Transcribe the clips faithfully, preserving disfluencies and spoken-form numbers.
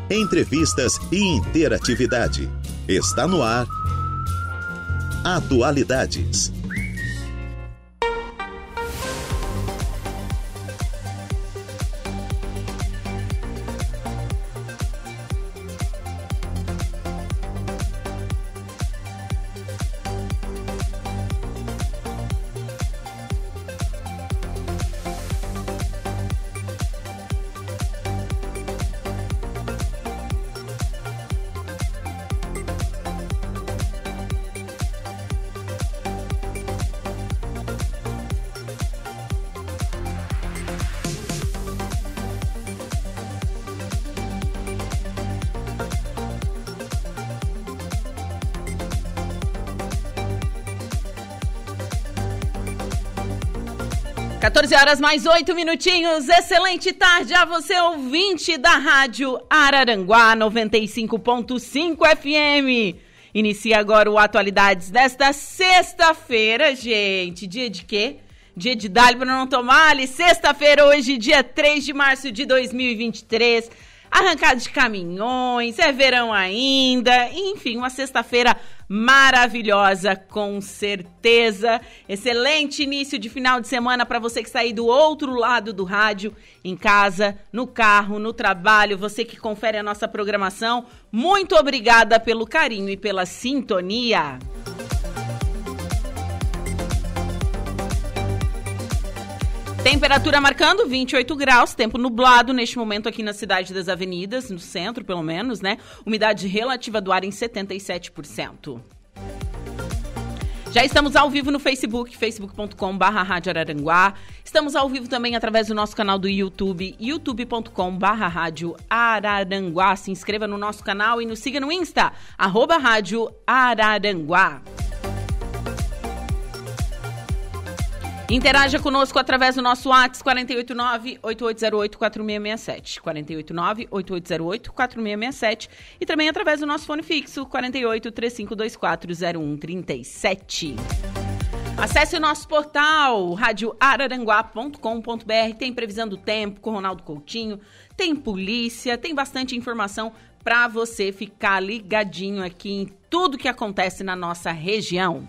entrevistas e interatividade. Está no ar Atualidades. quatorze horas mais oito minutinhos, excelente tarde a você, ouvinte da Rádio Araranguá noventa e cinco ponto cinco F M. Inicia agora o Atualidades desta sexta-feira, gente. Dia de quê? Dia de Dali para não tomar ali. Sexta-feira hoje, dia três de março de dois mil e vinte e três. Arrancada de caminhões, é verão ainda, enfim, uma sexta-feira maravilhosa, com certeza. Excelente início de final de semana para você que está aí do outro lado do rádio, em casa, no carro, no trabalho, você que confere a nossa programação. Muito obrigada pelo carinho e pela sintonia. Temperatura marcando vinte e oito graus, tempo nublado neste momento aqui na Cidade das Avenidas, no centro pelo menos, né? Umidade relativa do ar em setenta e sete por cento. Já estamos ao vivo no Facebook, facebook ponto com barra Rádio Araranguá. Estamos ao vivo também através do nosso canal do YouTube, youtube ponto com barra Rádio Araranguá. Se inscreva no nosso canal e nos siga no Insta, arroba Rádio Araranguá. Interaja conosco através do nosso WhatsApp quatro oito nove, oito oito zero oito, quatro seis seis sete, quatro oito nove, oito oito zero oito, quatro seis seis sete e também através do nosso fone fixo quatro oito, três cinco dois quatro, zero um três sete. Acesse o nosso portal rádio araranguá ponto com ponto br, tem previsão do tempo com Ronaldo Coutinho, tem polícia, tem bastante informação para você ficar ligadinho aqui em tudo que acontece na nossa região.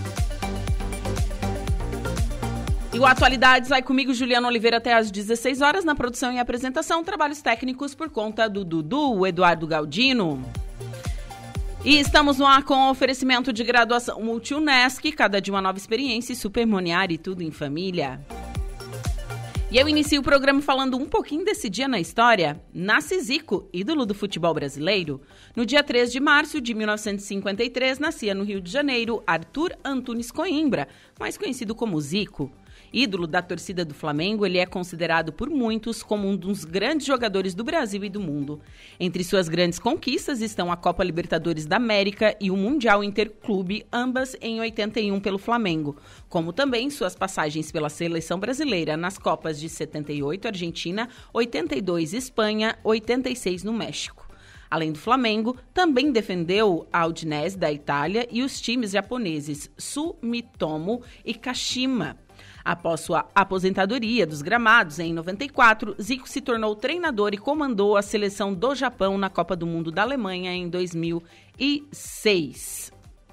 E o Atualidades vai comigo, Juliana Oliveira, até às dezesseis horas, na produção e apresentação, trabalhos técnicos por conta do Dudu, o Eduardo Galdino. E estamos no ar com oferecimento de graduação Multi-Unesc, cada dia uma nova experiência, e Supermoniar e tudo em família. E eu inicio o programa falando um pouquinho desse dia na história. Nasce Zico, ídolo do futebol brasileiro. No dia três de março de mil novecentos e cinquenta e três, nascia no Rio de Janeiro Arthur Antunes Coimbra, mais conhecido como Zico. Ídolo da torcida do Flamengo, ele é considerado por muitos como um dos grandes jogadores do Brasil e do mundo. Entre suas grandes conquistas estão a Copa Libertadores da América e o Mundial Interclube, ambas em oitenta e um pelo Flamengo, como também suas passagens pela seleção brasileira nas Copas de setenta e oito Argentina, oitenta e dois Espanha, oitenta e seis no México. Além do Flamengo, também defendeu a Udinese da Itália e os times japoneses Sumitomo e Kashima. Após sua aposentadoria dos gramados em noventa e quatro, Zico se tornou treinador e comandou a seleção do Japão na Copa do Mundo da Alemanha em dois mil e seis.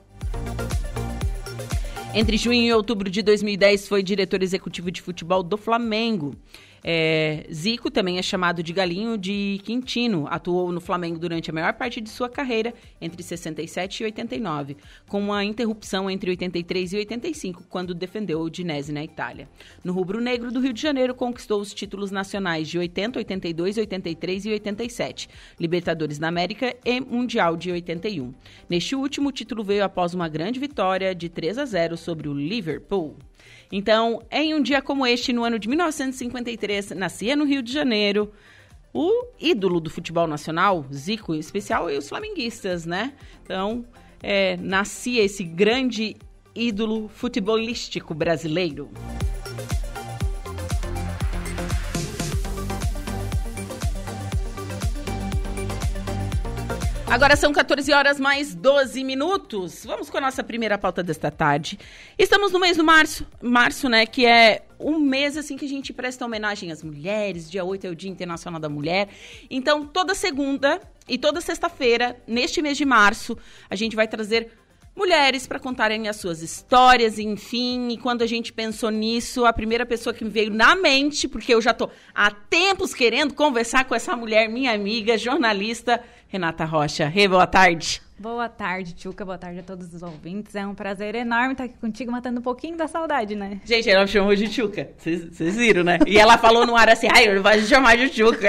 Entre junho e outubro de dois mil e dez, foi diretor executivo de futebol do Flamengo. É, Zico também é chamado de Galinho de Quintino, atuou no Flamengo durante a maior parte de sua carreira, entre sessenta e sete e oitenta e nove, com uma interrupção entre oitenta e três e oitenta e cinco, quando defendeu o Udinese na Itália. No rubro-negro do Rio de Janeiro, conquistou os títulos nacionais de oitenta, oitenta e dois, oitenta e três e oitenta e sete, Libertadores da América e Mundial de oitenta e um. Neste último, o título veio após uma grande vitória de três a zero sobre o Liverpool. Então, em um dia como este, no ano de mil novecentos e cinquenta e três, nascia no Rio de Janeiro o ídolo do futebol nacional, Zico, em especial, e os flamenguistas, né? Então, é, nascia esse grande ídolo futebolístico brasileiro. Agora são quatorze horas mais doze minutos. Vamos com a nossa primeira pauta desta tarde. Estamos no mês do março, março, né, que é um mês assim que a gente presta homenagem às mulheres. Dia oito é o Dia Internacional da Mulher. Então, toda segunda E toda sexta-feira, neste mês de março, a gente vai trazer mulheres para contarem as suas histórias, enfim. E quando a gente pensou nisso, a primeira pessoa que me veio na mente, porque eu já tô há tempos querendo conversar com essa mulher, minha amiga, jornalista, Renata Rocha. Rê, boa tarde. Boa tarde, Tchuca. Boa tarde a todos os ouvintes. É um prazer enorme estar aqui contigo, matando um pouquinho da saudade, né? Gente, ela me chamou de Tchuca. Vocês viram, né? E ela falou no ar assim, ai, eu não vou chamar de Tchuca.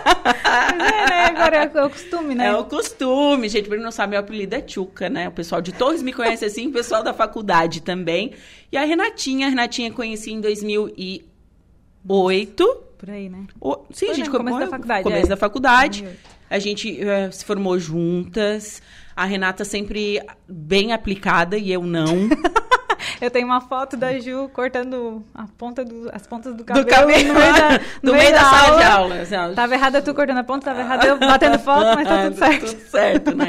Mas é, né? Agora é o costume, né? É o costume. Gente, pra quem não sabe, meu apelido é Tchuca, né? O pessoal de Torres me conhece assim, o pessoal da faculdade também. E a Renatinha, a Renatinha conheci em dois mil e oito. Por aí, né? O... Sim, Foi, a gente... né? Começo da faculdade. Começo é. da faculdade. A gente uh, se formou juntas. A Renata sempre bem aplicada e eu não. Eu tenho uma foto da Ju cortando a ponta do, as pontas do cabelo, do cabelo no meio da, no do meio meio da, da sala aula. de aula. Assim, tava errada tu cortando a ponta, tava errada eu batendo foto, mas tá tudo certo. Tudo certo, né?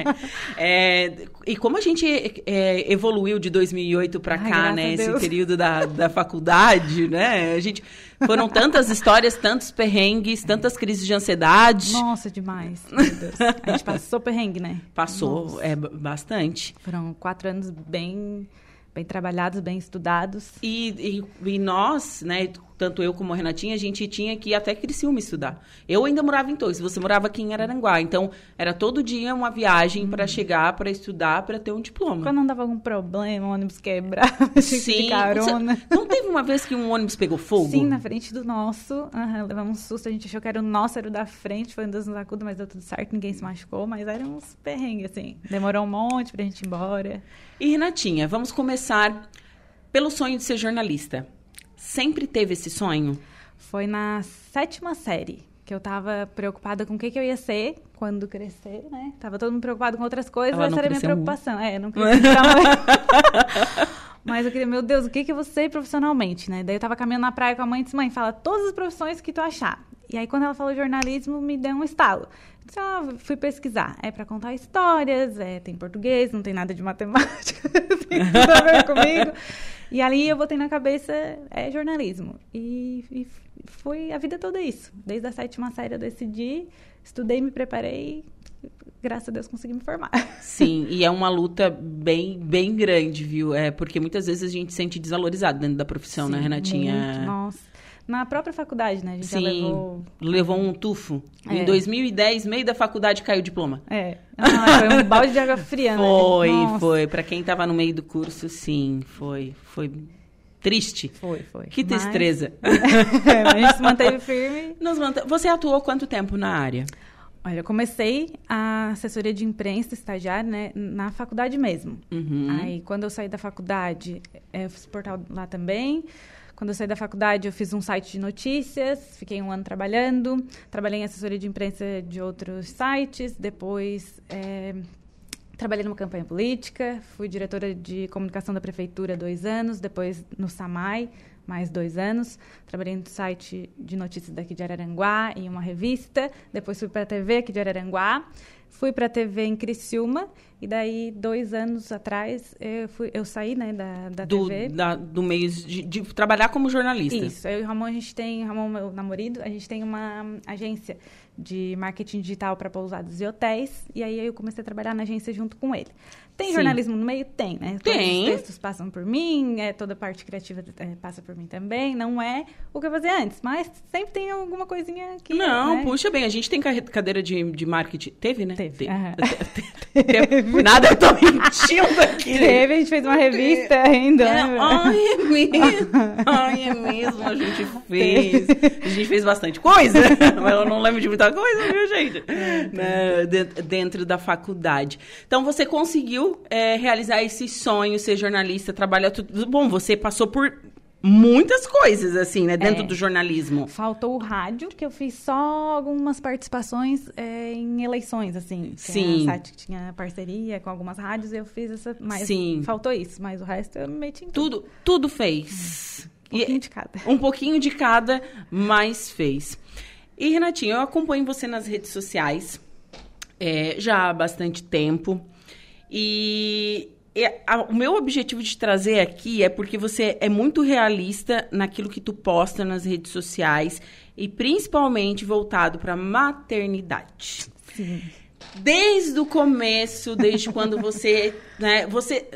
É, e como a gente é, evoluiu de dois mil e oito para cá, né? Esse período da, da faculdade, né? A gente... Foram tantas histórias, tantos perrengues, tantas crises de ansiedade. Nossa, demais. Meu Deus. A gente passou perrengue, né? Passou, Nossa. é, bastante. Foram quatro anos bem... bem trabalhados, bem estudados. E, e, e nós, né, tanto eu como a Renatinha, a gente tinha que ir até Criciúma estudar. Eu ainda morava em Torres, você morava aqui em Araranguá. Então, era todo dia uma viagem hum. para chegar, para estudar, para ter um diploma. Quando não dava algum problema, o ônibus quebrava, Sim, de carona. Você, não teve uma vez que um ônibus pegou fogo? Sim, na frente do nosso. Uhum, levamos um susto, a gente achou que era o nosso, era o da frente. Foi um dos acudos, mas deu tudo certo, ninguém se machucou. Mas eram uns perrengues, assim. Demorou um monte pra gente ir embora. E, Renatinha, vamos começar pelo sonho de ser jornalista. Sempre teve esse sonho? Foi na sétima série que eu tava preocupada com o que, que eu ia ser quando crescer, né? Tava todo mundo preocupado com outras coisas, Ela essa era a minha preocupação. Muito. É, não cresci pra Mas eu queria, meu Deus, o que, que eu vou ser profissionalmente, né? Daí eu tava caminhando na praia com a mãe e disse, mãe, fala todas as profissões que tu achar. E aí, quando ela falou jornalismo, me deu um estalo. Eu disse, ah, fui pesquisar. É para contar histórias, é, tem português, não tem nada de matemática, tem tudo a ver comigo. E ali eu botei na cabeça, é jornalismo. E, e foi a vida toda isso. Desde a sétima série eu decidi, estudei, me preparei e, graças a Deus, consegui me formar. Sim, e é uma luta bem, bem grande, viu? É, porque muitas vezes a gente se sente desvalorizado dentro da profissão, Sim, né, Renatinha? Muito, nossa. Na própria faculdade, né? A gente Sim, já levou... levou um tufo. É. Em dois mil e dez, meio da faculdade, caiu o diploma. É. Ah, foi um balde de água fria, né? Foi, Nossa. foi. Pra quem tava no meio do curso, sim, foi. Foi triste. Foi, foi. Que Mas... tristeza. É, mas a gente se manteve firme. Nos mant... Você atuou quanto tempo na área? Olha, eu comecei a assessoria de imprensa, estagiária, né, na faculdade mesmo. Uhum. Aí, quando eu saí da faculdade, eu fiz portal lá também. Quando eu saí da faculdade, eu fiz um site de notícias, fiquei um ano trabalhando. Trabalhei em assessoria de imprensa de outros sites. Depois, é, trabalhei numa campanha política. Fui diretora de comunicação da prefeitura há dois anos. Depois, no SAMAI, mais dois anos. Trabalhei no site de notícias daqui de Araranguá, em uma revista. Depois, fui para a T V aqui de Araranguá. Fui para a T V em Criciúma. E daí, dois anos atrás, eu, fui, eu saí, né, da, da do, T V. Da, do meio de, de trabalhar como jornalista. Isso. Eu e o Ramon, a gente tem, Ramon, meu namorado, a gente tem uma agência de marketing digital para pousadas e hotéis. E aí, eu comecei a trabalhar na agência junto com ele. Tem Sim. jornalismo no meio? Tem, né? Tem. Todos os textos passam por mim, é, toda a parte criativa é, passa por mim também. Não é o que eu fazia antes, mas sempre tem alguma coisinha que... Não, né? puxa bem, a gente tem cadeira de, de marketing. Teve, né? Teve. Teve. Uhum. Teve. Nada, eu tô mentindo aqui. Teve, a gente fez uma revista ainda. É, né? ai, é mesmo. Ai, é mesmo, a gente fez. A gente fez bastante coisa, mas eu não lembro de muita coisa, viu, gente? É, né, de, dentro da faculdade. Então, você conseguiu é, realizar esse sonho, ser jornalista, trabalhar tudo. Bom, você passou por muitas coisas, assim, né, dentro é, do jornalismo. Faltou o rádio, que eu fiz só algumas participações é, em eleições, assim. Sim. Tinha site que tinha parceria com algumas rádios, eu fiz essa... Mas Sim. faltou isso, mas o resto eu me meti em tudo. Tudo, tudo fez. Um pouquinho e, de cada. Um pouquinho de cada, mas fez. E, Renatinha, eu acompanho você nas redes sociais é, já há bastante tempo. E... O meu objetivo de trazer aqui é porque você é muito realista naquilo que tu posta nas redes sociais e principalmente voltado para maternidade. Sim. desde o começo, desde quando você, né, você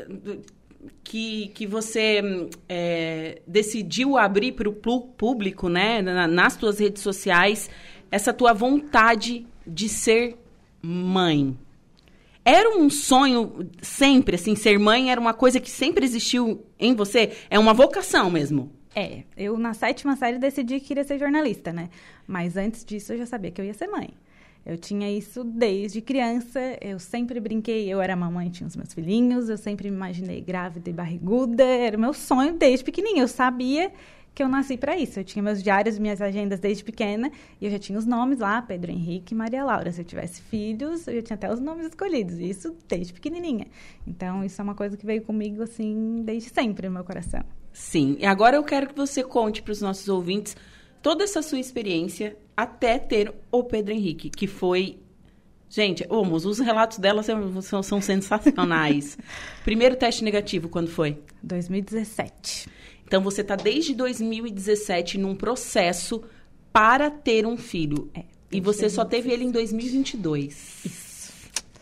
que, que você é, decidiu abrir para o público, né, nas tuas redes sociais, essa tua vontade de ser mãe. Era um sonho sempre, assim, ser mãe era uma coisa que sempre existiu em você? É uma vocação mesmo? É, eu na sétima série decidi que queria ser jornalista, né? Mas antes disso eu já sabia que eu ia ser mãe. Eu tinha isso desde criança, eu sempre brinquei, eu era mamãe, tinha os meus filhinhos, eu sempre me imaginei grávida e barriguda, era o meu sonho desde pequenininha, eu sabia que eu nasci para isso. Eu tinha meus diários, minhas agendas desde pequena, e eu já tinha os nomes lá, Pedro Henrique e Maria Laura. Se eu tivesse filhos, eu já tinha até os nomes escolhidos, isso desde pequenininha. Então, isso é uma coisa que veio comigo, assim, desde sempre no meu coração. Sim, e agora eu quero que você conte para os nossos ouvintes toda essa sua experiência até ter o Pedro Henrique, que foi... Gente, vamos, os relatos dela são, são, são sensacionais. Primeiro teste negativo, quando foi? dois mil e dezessete. Então, você está desde dois mil e dezessete num processo para ter um filho. É, e você só teve ele em dois mil e vinte e dois. Isso.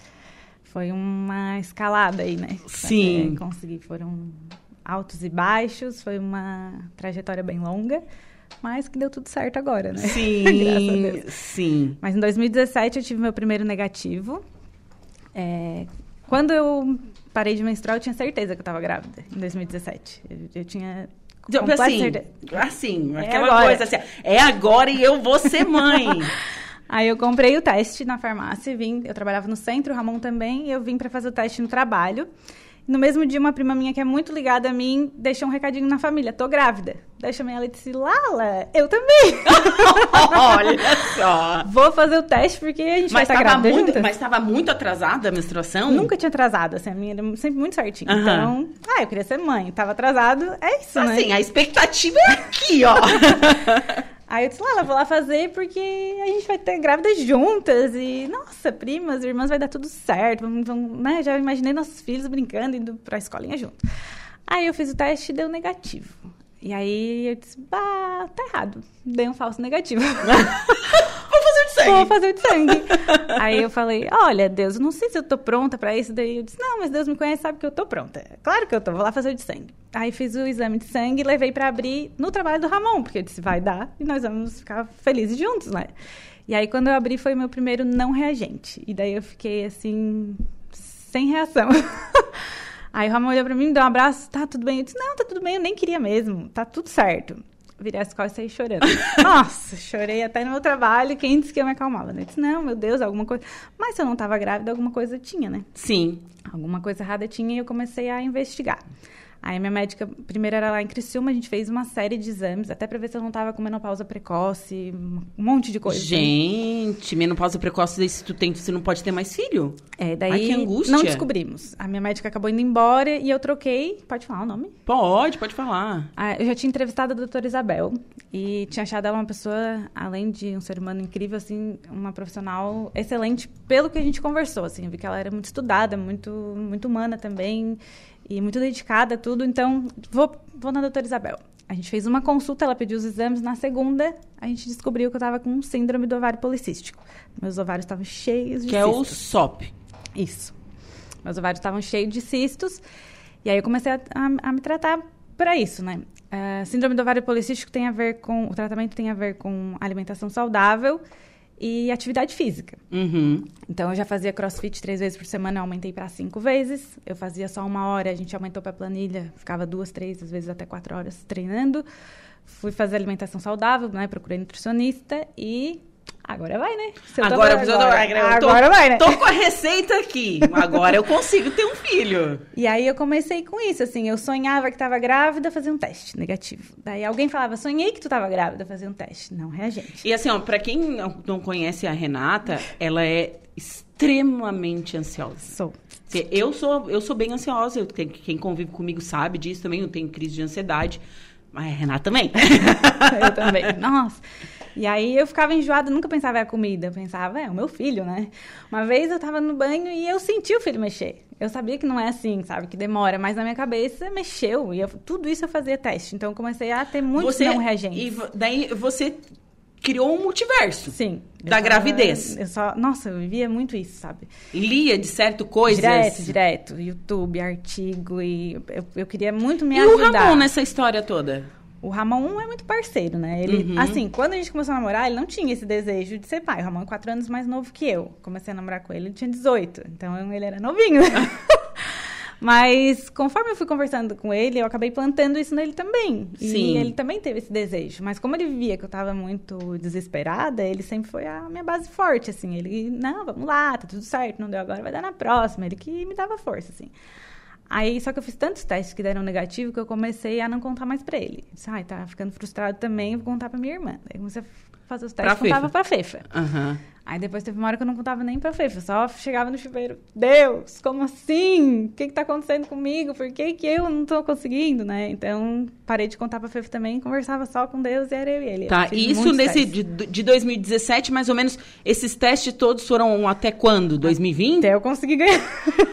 Foi uma escalada aí, né? Sim. Consegui, foram altos e baixos, foi uma trajetória bem longa, mas que deu tudo certo agora, né? Sim, Graças a Deus. Sim. Mas em dois mil e dezessete eu tive meu primeiro negativo. É, quando eu parei de menstruar, eu tinha certeza que eu estava grávida, em dois mil e dezessete. Eu, eu tinha completa assim, certeza. Assim, é aquela agora. coisa assim, é agora e eu vou ser mãe. Aí eu comprei o teste na farmácia, vim, eu trabalhava no centro, o Ramon também, e eu vim para fazer o teste no trabalho. No mesmo dia, uma prima minha que é muito ligada a mim deixou um recadinho na família, tô grávida. Daí eu chamei ela e disse, Lala, eu também. Olha só. Vou fazer o teste porque a gente mas vai estar grávida muito, juntas. Mas estava muito atrasada a menstruação? Nunca tinha atrasado, assim, a minha era sempre muito certinha. Uhum. Então, ah, eu queria ser mãe, tava atrasado, é isso, né? Assim, a expectativa é aqui, ó. Aí eu disse, Lala, vou lá fazer porque a gente vai ter grávidas juntas e, nossa, primas, irmãs, vai dar tudo certo. Vamos, vamos, né? Já imaginei nossos filhos brincando, indo pra escolinha junto. Aí eu fiz o teste e deu negativo. E aí eu disse, bah, tá errado. Dei um falso negativo. Vou fazer de sangue. Vou fazer de sangue. Aí eu falei, olha, Deus, eu não sei se eu tô pronta pra isso. Daí eu disse, não, mas Deus me conhece, sabe que eu tô pronta. Claro que eu tô, vou lá fazer o de sangue. Aí fiz o exame de sangue e levei pra abrir no trabalho do Ramon, porque eu disse, vai dar e nós vamos ficar felizes juntos, né? E aí quando eu abri foi o meu primeiro não reagente. E daí eu fiquei assim, sem reação. Aí o Ramon olhou pra mim, me deu um abraço, tá tudo bem? Eu disse, não, tá tudo bem, eu nem queria mesmo, tá tudo certo. Virei as costas e saí chorando. Nossa, chorei até no meu trabalho, quem disse que eu me acalmava? Eu disse, não, meu Deus, alguma coisa... Mas se eu não tava grávida, alguma coisa tinha, né? Sim. Alguma coisa errada tinha e eu comecei a investigar. Aí a minha médica, primeiro era lá em Criciúma, a gente fez uma série de exames, até pra ver se eu não tava com menopausa precoce, um monte de coisa. Gente, menopausa precoce, se tu tem, você não pode ter mais filho? É, daí Ai, que angústia. não descobrimos. A minha médica acabou indo embora e eu troquei, pode falar o nome? Pode, pode falar. Ah, eu já tinha entrevistado a doutora Isabel e tinha achado ela uma pessoa, além de um ser humano incrível, assim, uma profissional excelente pelo que a gente conversou, assim, eu vi que ela era muito estudada, muito, muito humana também, e muito dedicada a tudo, então vou, vou na doutora Isabel. A gente fez uma consulta, ela pediu os exames, na segunda a gente descobriu que eu estava com síndrome do ovário policístico. Meus ovários estavam cheios de que cistos. Que é o S O P. Isso. Meus ovários estavam cheios de cistos, e aí eu comecei a, a, a me tratar para isso, né? Uh, síndrome do ovário policístico tem a ver com, o tratamento tem a ver com alimentação saudável e atividade física. Uhum. Então, eu já fazia crossfit três vezes por semana, eu aumentei para cinco vezes. Eu fazia só uma hora, a gente aumentou para a planilha, ficava duas, três, às vezes até quatro horas treinando. Fui fazer alimentação saudável, né? Procurei nutricionista e agora vai, né? Se eu tô agora, agora, agora, agora, eu tô, agora vai, né? Tô com a receita aqui. Agora eu consigo ter um filho. E aí eu comecei com isso, assim, eu sonhava que estava grávida, fazia um teste negativo. Daí alguém falava, sonhei que tu estava grávida, fazia um teste. Não, reagente. E assim, ó, pra quem não conhece a Renata, ela é extremamente ansiosa. Sou. Eu sou, eu sou bem ansiosa, eu tenho, quem convive comigo sabe disso também, eu tenho crise de ansiedade. Mas a Renata também. Eu também. Nossa. E aí eu ficava enjoada, nunca pensava em a comida. Eu pensava, é o meu filho, né? Uma vez eu tava no banho e eu senti o filho mexer. Eu sabia que não é assim, sabe? Que demora. Mas na minha cabeça mexeu. E eu, tudo isso eu fazia teste. Então eu comecei a ter muito você, não reagentes. E daí você criou um multiverso. Sim. Da eu gravidez. Eu só, nossa, eu vivia muito isso, sabe? Lia de certo coisas. Direto, direto. YouTube, artigo. E eu, eu queria muito me e ajudar. E o Ramon nessa história toda? O Ramon é muito parceiro, né? Ele, uhum. Assim, quando a gente começou a namorar, ele não tinha esse desejo de ser pai. O Ramon é quatro anos mais novo que eu. Comecei a namorar com ele, ele tinha dezoito. Então, ele era novinho. Mas, conforme eu fui conversando com ele, eu acabei plantando isso nele também. Sim. E ele também teve esse desejo. Mas como ele via que eu tava muito desesperada, ele sempre foi a minha base forte, assim. Ele, não, vamos lá, tá tudo certo, não deu agora, vai dar na próxima. Ele que me dava força, assim. Aí, só que eu fiz tantos testes que deram negativo que eu comecei a não contar mais pra ele. Disse, ai, tá ficando frustrado também, vou contar pra minha irmã. Aí comecei a fazer os testes e contava pra Fefa. Uhum. Aí depois teve uma hora que eu não contava nem pra Fefa, só chegava no chuveiro, Deus, como assim? O que que tá acontecendo comigo? Por que que eu não tô conseguindo, né? Então, parei de contar pra Fefa também, conversava só com Deus e era eu e ele. Tá, e isso nesse de, de dois mil e dezessete, mais ou menos, esses testes todos foram até quando? dois mil e vinte? Até eu conseguir ganhar.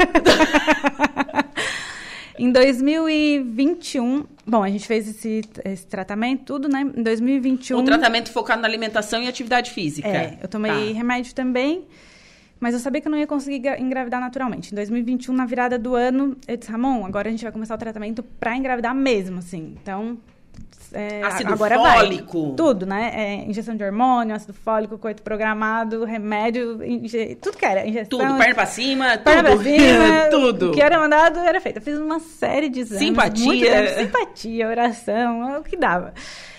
Em dois mil e vinte e um, bom, a gente fez esse, esse tratamento, tudo, né? Em dois mil e vinte e um... O tratamento focado na alimentação e atividade física. É, eu tomei tá. remédio também, mas eu sabia que eu não ia conseguir engravidar naturalmente. Em dois mil e vinte e um, na virada do ano, eu disse, Ramon, agora a gente vai começar o tratamento pra engravidar mesmo, assim. Então, é, ácido agora fólico. Vai. Tudo, né? É, injeção de hormônio, ácido fólico, coito programado, remédio, inje... tudo que era. Injeção, tudo, perna pra cima, perna tudo. Pra cima, tudo. O que era mandado era feito. Eu fiz uma série de exames. Simpatia. Muito tempo, simpatia, oração, o que dava.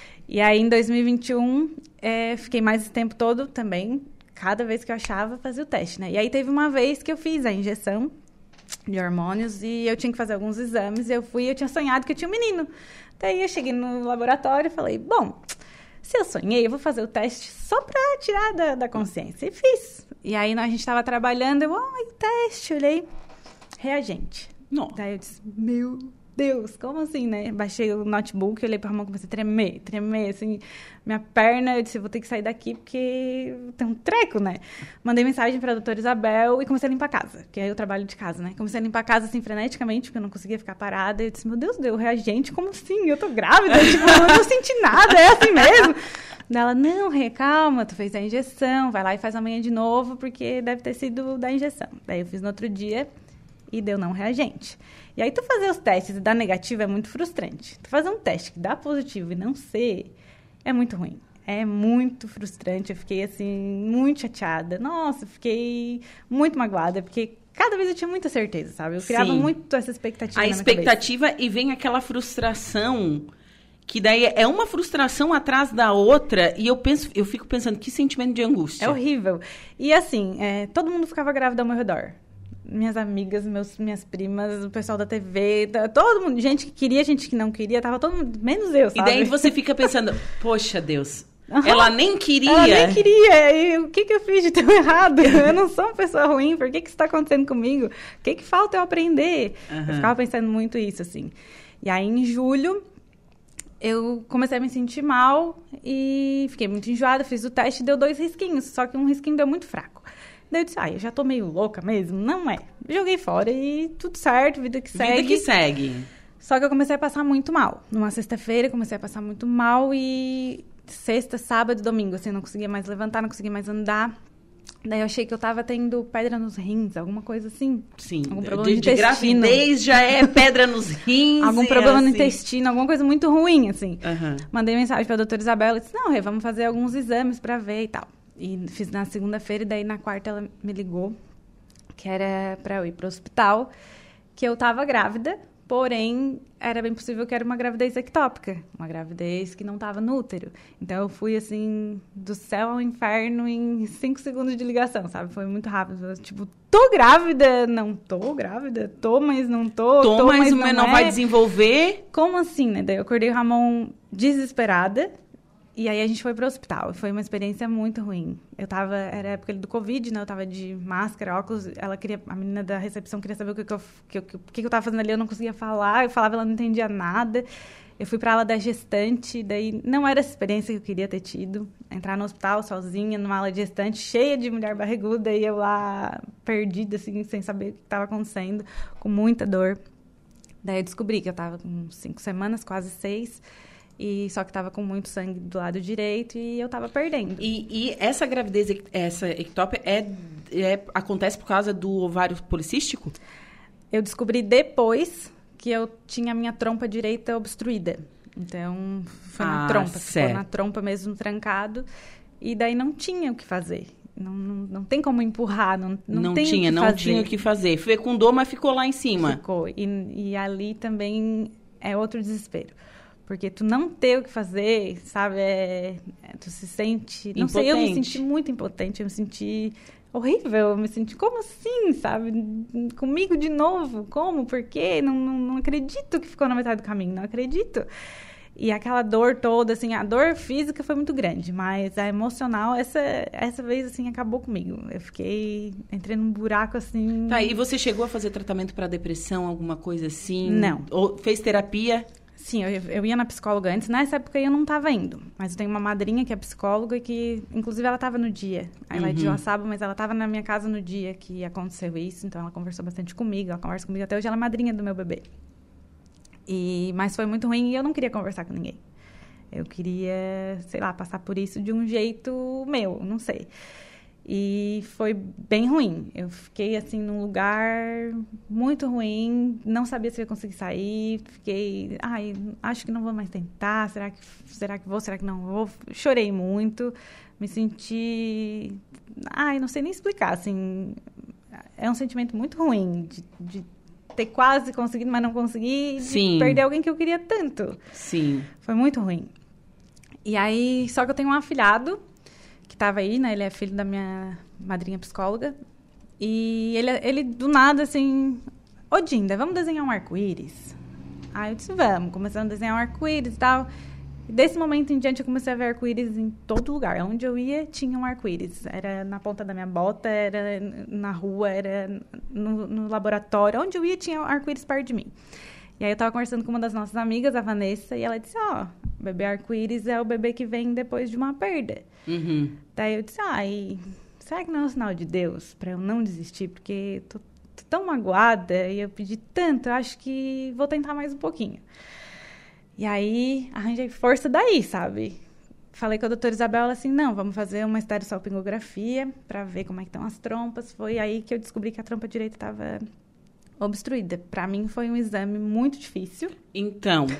E aí, em dois mil e vinte e um, é, fiquei mais esse tempo todo também, cada vez que eu achava, fazia o teste, né? E aí, teve uma vez que eu fiz a injeção de hormônios e eu tinha que fazer alguns exames. E eu fui, eu tinha sonhado que eu tinha um menino. Daí eu cheguei no laboratório e falei, bom, se eu sonhei, eu vou fazer o teste só pra tirar da, da consciência. E fiz. E aí a gente tava trabalhando, eu, ai, teste, olhei, reagente. Não. Daí eu disse, meu Deus, como assim, né? Baixei o notebook, olhei pra Ramon, comecei a tremer, tremer, assim, minha perna, eu disse, vou ter que sair daqui porque tem um treco, né? Mandei mensagem pra doutora Isabel e comecei a limpar a casa, que aí eu trabalho de casa, né? Comecei a limpar a casa, assim, freneticamente, porque eu não conseguia ficar parada, eu disse, meu Deus, deu reagente, como assim? Eu tô grávida, tipo, eu não senti nada, é assim mesmo? Daí ela, não, Rê, calma, tu fez a injeção, vai lá e faz amanhã de novo, porque deve ter sido da injeção. Daí eu fiz no outro dia e deu não reagente. E aí, tu fazer os testes e dar negativo é muito frustrante. Tu fazer um teste que dá positivo e não ser, é muito ruim. É muito frustrante. Eu fiquei, assim, muito chateada. Nossa, eu fiquei muito magoada, porque cada vez eu tinha muita certeza, sabe? Eu criava Sim. muito essa expectativa A na expectativa minha cabeça. E vem aquela frustração, que daí é uma frustração atrás da outra, e eu penso, eu fico pensando, que sentimento de angústia. É horrível. E, assim, é, todo mundo ficava grávida ao meu redor. Minhas amigas, meus, minhas primas, o pessoal da T V, todo mundo, gente que queria, gente que não queria, tava todo mundo, menos eu, sabe? E daí você fica pensando, poxa, Deus, uhum. ela nem queria. Ela nem queria, e o que que eu fiz de tão errado? Eu não sou uma pessoa ruim, por que que isso tá acontecendo comigo? O que que falta eu aprender? Uhum. Eu ficava pensando muito isso, assim. E aí, em julho, eu comecei a me sentir mal e fiquei muito enjoada, fiz o teste e deu dois risquinhos, só que um risquinho deu muito fraco. Daí eu disse, ah, eu já tô meio louca mesmo? Não é. Joguei fora e tudo certo, vida que segue. Vida que segue. Só que eu comecei a passar muito mal. Numa sexta-feira, comecei a passar muito mal e sexta, sábado, domingo, assim, não conseguia mais levantar, não conseguia mais andar. Daí eu achei que eu tava tendo pedra nos rins, alguma coisa assim. Sim, algum problema de, no de intestino. gravidez já é pedra nos rins. Algum problema assim. no intestino, alguma coisa muito ruim, assim. Uhum. Mandei mensagem pra doutora Isabela e disse, não, Rê, vamos fazer alguns exames pra ver e tal. E fiz na segunda-feira, e daí na quarta ela me ligou, que era pra eu ir pro hospital, que eu tava grávida, porém, era bem possível que era uma gravidez ectópica, uma gravidez que não tava no útero. Então, eu fui, assim, do céu ao inferno em cinco segundos de ligação, sabe? Foi muito rápido. Eu, tipo, tô grávida, não tô grávida, tô, mas não tô, tô, tô mas, mas o não menor é. vai desenvolver. Como assim, né? Daí eu acordei o Ramon desesperada. E aí a gente foi pro hospital. Foi uma experiência muito ruim. Eu tava... Era a época do Covid, né? Eu tava de máscara, óculos. Ela queria... A menina da recepção queria saber o que, que, eu, que, que, que eu tava fazendo ali. Eu não conseguia falar. Eu falava, ela não entendia nada. Eu fui pra ala da gestante. Daí não era essa experiência que eu queria ter tido. Entrar no hospital sozinha, numa ala de gestante, cheia de mulher barriguda. E eu lá, perdida, assim, sem saber o que tava acontecendo. Com muita dor. Daí eu descobri que eu tava com cinco semanas, quase seis. E só que tava com muito sangue do lado direito e eu tava perdendo. E, e essa gravidez, essa ectópia, é, é, acontece por causa do ovário policístico? Eu descobri depois que eu tinha a minha trompa direita obstruída. Então, foi na Ah, trompa. certo. Ficou na trompa mesmo, trancado. E daí não tinha o que fazer. Não, não, não tem como empurrar, não, não, Não tem tinha, o que não fazer. tinha o que fazer. Fecundou, mas ficou lá em cima. Ficou. E, e ali também é outro desespero. Porque tu não ter o que fazer, sabe? É, é, tu se sente... Não sei, eu me Impotente. senti muito impotente. Eu me senti horrível. Eu me senti, como assim, sabe? Comigo de novo? Como? Por quê? Não, não, não acredito que ficou na metade do caminho. Não acredito. E aquela dor toda, assim, a dor física foi muito grande. Mas a emocional, essa, essa vez, assim, acabou comigo. Eu fiquei... Entrei num buraco, assim... Tá, e você chegou a fazer tratamento para depressão, alguma coisa assim? Não. Ou fez terapia? Sim, eu, eu ia na psicóloga antes. Nessa época eu não estava indo. Mas eu tenho uma madrinha que é psicóloga e que, inclusive, ela estava no dia. Ela é de Uhum. Joaçaba, mas ela estava na minha casa no dia que aconteceu isso. Então, ela conversou bastante comigo. Ela conversa comigo até hoje. Ela é madrinha do meu bebê. E, mas foi muito ruim e eu não queria conversar com ninguém. Eu queria, sei lá, passar por isso de um jeito meu, não sei. E foi bem ruim. Eu fiquei, assim, num lugar muito ruim. Não sabia se eu ia conseguir sair. Fiquei, ai, acho que não vou mais tentar. Será que, será que vou? Será que não vou? Chorei muito. Me senti... Ai, não sei nem explicar, assim. É um sentimento muito ruim de, de ter quase conseguido, mas não consegui. De Sim. perder alguém que eu queria tanto. Sim. Foi muito ruim. E aí, só que eu tenho um afilhado que estava aí, né? Ele é filho da minha madrinha psicóloga. E ele, ele do nada, assim... Ô, Dinda, vamos desenhar um arco-íris? Aí eu disse, vamos. Começamos a desenhar um arco-íris e tal. E desse momento em diante, eu comecei a ver arco-íris em todo lugar. Onde eu ia, tinha um arco-íris. Era na ponta da minha bota, era na rua, era no, no laboratório. Onde eu ia, tinha um arco-íris perto de mim. E aí eu tava conversando com uma das nossas amigas, a Vanessa, e ela disse, ó, oh, bebê arco-íris é o bebê que vem depois de uma perda. Uhum. Daí eu disse, ah, e será que não é um sinal de Deus pra eu não desistir? Porque tô, tô tão magoada e eu pedi tanto, eu acho que vou tentar mais um pouquinho. E aí arranjei força daí, sabe? Falei com a doutora Isabel, ela assim, não, vamos fazer uma estereosalpingografia pra ver como é que estão as trompas. Foi aí que eu descobri que a trompa direita estava obstruída. Para mim foi um exame muito difícil. Então,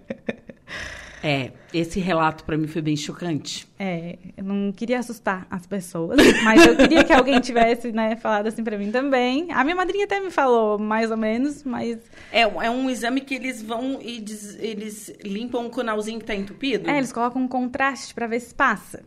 é, esse relato para mim foi bem chocante. É, eu não queria assustar as pessoas, mas eu queria que alguém tivesse, né, falado assim para mim também. A minha madrinha até me falou, mais ou menos, mas... É, é um exame que eles vão e des, eles limpam o canalzinho que tá entupido? É, eles colocam um contraste para ver se passa.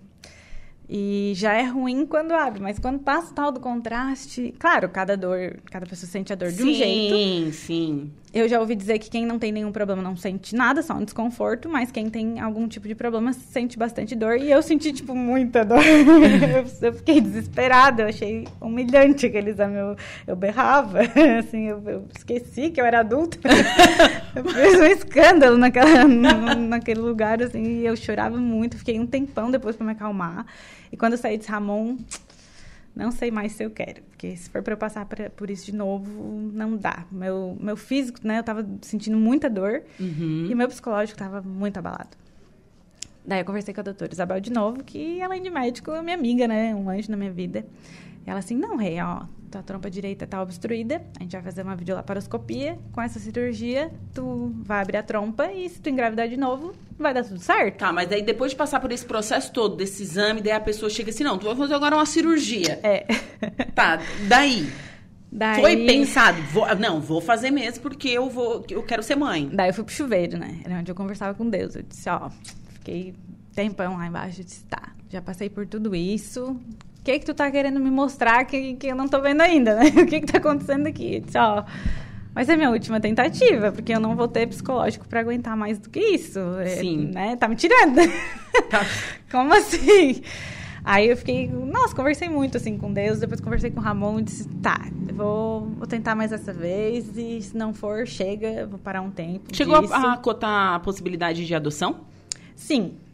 E já é ruim quando abre, mas quando passa o tal do contraste... Claro, cada dor, cada pessoa sente a dor de sim, um jeito. Sim, sim. Eu já ouvi dizer que quem não tem nenhum problema não sente nada, só um desconforto, mas quem tem algum tipo de problema sente bastante dor. E eu senti, tipo, muita dor. eu, eu fiquei desesperada, eu achei humilhante aquele exame. Eu, eu berrava, assim, eu, eu esqueci que eu era adulta. eu fiz um escândalo naquela, naquele lugar, assim, e eu chorava muito. Fiquei um tempão depois para me acalmar. E quando eu saí de Ramon, não sei mais se eu quero. Porque se for para eu passar pra, por isso de novo, não dá. Meu, meu físico, né, eu tava sentindo muita dor. Uhum. E meu psicológico tava muito abalado. Daí eu conversei com a doutora Isabel de novo, que além de médico, é minha amiga, né? Um anjo na minha vida. E ela assim, não, Rei, ó, tua trompa direita tá obstruída, a gente vai fazer uma videolaparoscopia, com essa cirurgia, tu vai abrir a trompa e se tu engravidar de novo, vai dar tudo certo. Tá, mas daí depois de passar por esse processo todo, desse exame, daí a pessoa chega assim, não, tu vai fazer agora uma cirurgia. É. Tá, daí... Daí... Foi pensado, vou, não, vou fazer mesmo porque eu vou, eu quero ser mãe. Daí eu fui pro chuveiro, né? Era onde eu conversava com Deus. Eu disse, ó, fiquei tempão lá embaixo. Eu disse, tá, já passei por tudo isso. O que que tu tá querendo me mostrar que, que eu não tô vendo ainda, né? O que que tá acontecendo aqui? Eu disse, ó, vai ser minha última tentativa, porque eu não vou ter psicológico pra aguentar mais do que isso. Sim. É, né? Tá me tirando. Tá. Como assim? Aí eu fiquei, nossa, conversei muito, assim, com Deus. Depois conversei com o Ramon e disse, tá, eu vou, vou tentar mais essa vez. E se não for, chega, eu vou parar um tempo. Chegou disso. a, a cotar a possibilidade de adoção? Sim,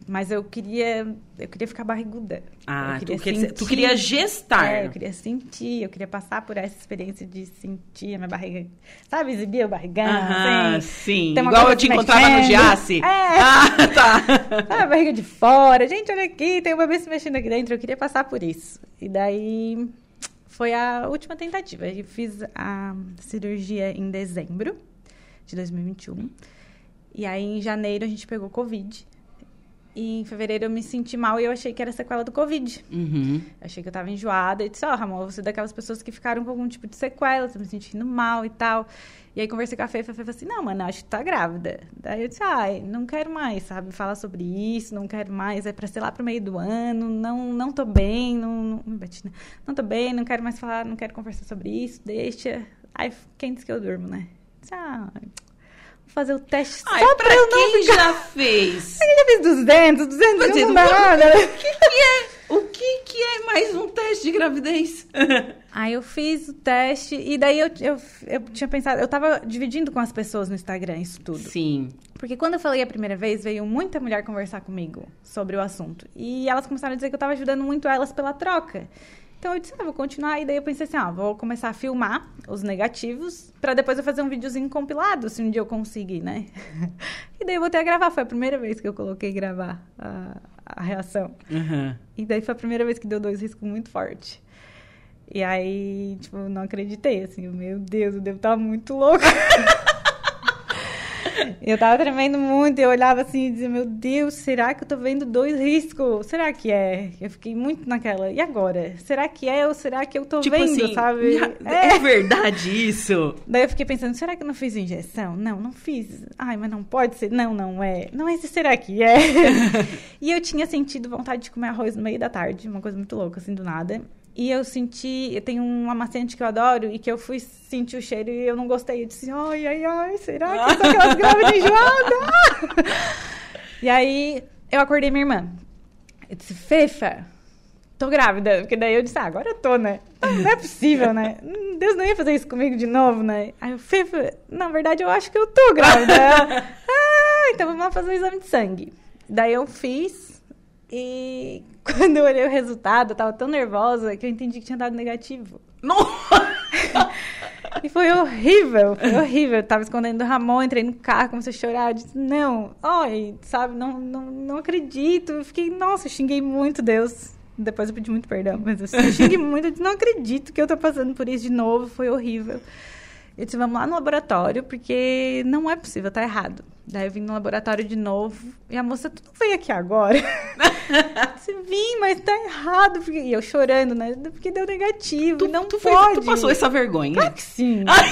Mas eu queria, eu queria ficar barriguda. Ah, queria tu, queria, tu queria gestar. É, eu queria sentir, eu queria passar por essa experiência de sentir a minha barriga, sabe, exibir o barrigão, ah, assim. Sim, igual eu te encontrava mexendo. No Giasse. É. Ah, tá. Ah, a barriga de fora, gente, olha aqui, tem um bebê se mexendo aqui dentro, eu queria passar por isso. E daí, foi a última tentativa. Eu fiz a cirurgia em dezembro de dois mil e vinte e um. E aí, em janeiro, a gente pegou Covid. E em fevereiro eu me senti mal e eu achei que era sequela do Covid. Uhum. Achei que eu tava enjoada. E disse, ó, oh, Ramon, você é daquelas pessoas que ficaram com algum tipo de sequela, tô me sentindo mal e tal. E aí conversei com a Fê, a Fê falou assim, não, mano, acho que tá grávida. Daí eu disse, ai, não quero mais, sabe, falar sobre isso, não quero mais, é pra ser lá pro meio do ano, não, não tô bem, não, não, me bati, né? Não tô bem, não quero mais falar, não quero conversar sobre isso, deixa. Aí, quem disse que eu durmo, né? Disse, ah... fazer o teste Ai, só pra, pra eu quem não ficar... já fez? Eu já fiz duzentos, duzentos Mas, não dá nada. O que que é? O que que é mais um teste de gravidez? Aí eu fiz o teste e daí eu, eu, eu tinha pensado... Eu tava dividindo com as pessoas no Instagram isso tudo. Sim. Porque quando eu falei a primeira vez, veio muita mulher conversar comigo sobre o assunto. E elas começaram a dizer que eu tava ajudando muito elas pela troca. Então, eu disse, ah, vou continuar. E daí eu pensei assim, ó, vou começar a filmar os negativos pra depois eu fazer um videozinho compilado, se um dia eu conseguir, né? E daí eu voltei a gravar. Foi a primeira vez que eu coloquei gravar a, a reação. Uhum. E daí foi a primeira vez que deu dois riscos muito fortes. E aí, tipo, eu não acreditei, assim. Meu Deus, eu devo estar muito louca. Eu tava tremendo muito, eu olhava assim e dizia, meu Deus, será que eu tô vendo dois riscos? Será que é? Eu fiquei muito naquela, e agora? Será que é ou será que eu tô tipo vendo, assim, sabe? É. é verdade isso? Daí eu fiquei pensando, será que eu não fiz injeção? Não, não fiz. Ai, mas não pode ser. Não, não é. Não é, será que é? E eu tinha sentido vontade de comer arroz no meio da tarde, uma coisa muito louca, assim, do nada. E eu senti, eu tenho um amaciante que eu adoro e que eu fui sentir o cheiro e eu não gostei. Eu disse, ai, ai, ai, será que são aquelas grávidas enjoadas? E aí, eu acordei minha irmã. Eu disse, Fefa, tô grávida. Porque daí eu disse, ah, agora eu tô, né? Não é possível, né? Deus não ia fazer isso comigo de novo, né? Aí eu, Fefa, na verdade, eu acho que eu tô grávida. Ah, então vamos lá fazer o exame de sangue. Daí eu fiz... E quando eu olhei o resultado, eu tava tão nervosa que eu entendi que tinha dado negativo. Nossa! E foi horrível, foi horrível. Eu tava escondendo do Ramon, entrei no carro, comecei a chorar. Eu disse, não, oi, sabe, não, não, não acredito. Eu fiquei, nossa, eu xinguei muito Deus. Depois eu pedi muito perdão, mas eu xinguei muito. Eu disse, não acredito que eu tô passando por isso de novo, foi horrível. Eu disse, vamos lá no laboratório, porque não é possível, tá errado. Daí eu vim no laboratório de novo, e a moça, tu não veio aqui agora? Eu disse, vim, mas tá errado. Porque... E eu chorando, né? Porque deu negativo, tu, não tu pode. Fez, tu passou essa vergonha? Claro que sim. Ai.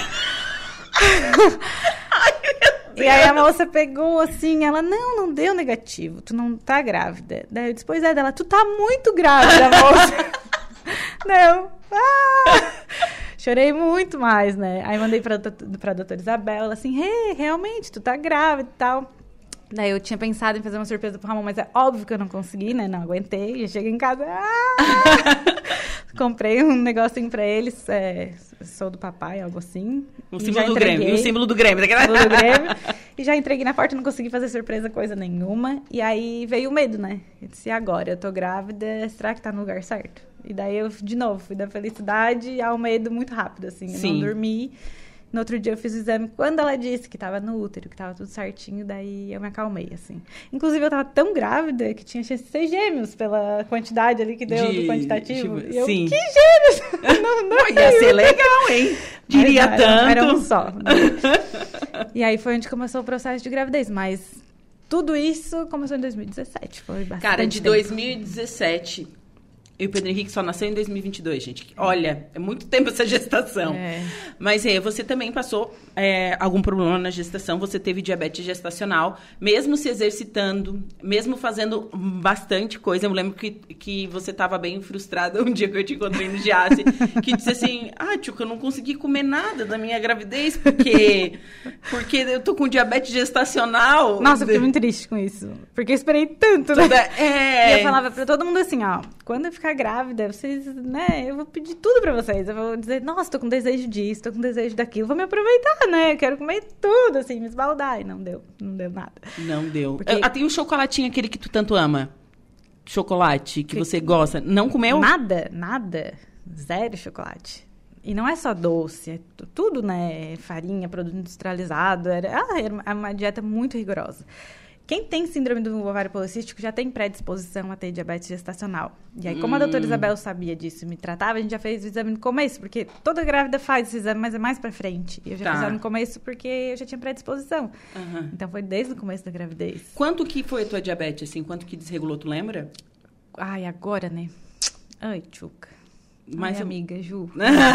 Ai, meu Deus. E aí a moça pegou assim, ela, não, não deu negativo, tu não tá grávida. Daí eu disse, pois é, dela, tu tá muito grávida, moça. Não. Ah! Chorei muito mais, né? Aí mandei pra, pra doutora Isabela, ela assim, hey, realmente, tu tá grávida e tal. Daí eu tinha pensado em fazer uma surpresa pro Ramon, mas é óbvio que eu não consegui, né? Não aguentei, já cheguei em casa, ah! Comprei um negocinho pra eles, é, sou do papai, algo assim. O símbolo do Grêmio, o símbolo do Grêmio. O símbolo do Grêmio. E já entreguei na porta, não consegui fazer surpresa, coisa nenhuma. E aí veio o medo, né? Eu disse, e agora? Eu tô grávida, será que tá no lugar certo? E daí eu, de novo, fui da felicidade ao medo muito rápido, assim. Eu Sim. não dormi. No outro dia eu fiz o exame. Quando ela disse que tava no útero, que tava tudo certinho, daí eu me acalmei, assim. Inclusive, eu tava tão grávida que tinha chance de ser gêmeos pela quantidade ali que deu de, do quantitativo. Tipo, e eu, sim. que gêmeos? Não, não. Ia ser legal, hein? Diria era, tanto. Era um só. E aí foi onde começou o processo de gravidez. Mas tudo isso começou em dois mil e dezessete. Foi bastante Cara, de tempo. dois mil e dezessete... E o Pedro Henrique só nasceu em dois mil e vinte e dois, gente. Olha, é muito tempo essa gestação. É. Mas é, você também passou é, algum problema na gestação. Você teve diabetes gestacional, mesmo se exercitando, mesmo fazendo bastante coisa. Eu lembro que, que você estava bem frustrada um dia que eu te encontrei no Giasse, que disse assim, ah, tio, que eu não consegui comer nada da minha gravidez, porque, porque eu tô com diabetes gestacional. Nossa, eu fiquei muito triste com isso. Porque eu esperei tanto, né? Toda, é... E eu falava pra todo mundo assim, ó, quando eu ficar ficar grávida, vocês, né, eu vou pedir tudo pra vocês. Eu vou dizer, nossa, tô com desejo disso, tô com desejo daquilo, vou me aproveitar, né? Eu quero comer tudo, assim, me esbaldar. E não deu, não deu nada. Não deu. Porque... Ah, tem o chocolatinho, aquele que tu tanto ama. Chocolate, que, que você gosta. Não comeu? Nada, nada. Zero chocolate. E não é só doce, é tudo, né? Farinha, produto industrializado. Era, ah, era uma dieta muito rigorosa. Quem tem síndrome do ovário policístico já tem predisposição a ter diabetes gestacional. E aí, como hum. a doutora Isabel sabia disso e me tratava, a gente já fez o exame no começo, porque toda grávida faz esse exame, mas é mais pra frente. E eu já tá. fiz exame no começo porque eu já tinha predisposição. Uhum. Então, foi desde o começo da gravidez. Quanto que foi a tua diabetes, assim? Quanto que desregulou, tu lembra? Ai, agora, né? Ai, tchuca. Mas Ai, eu... amiga, Ju.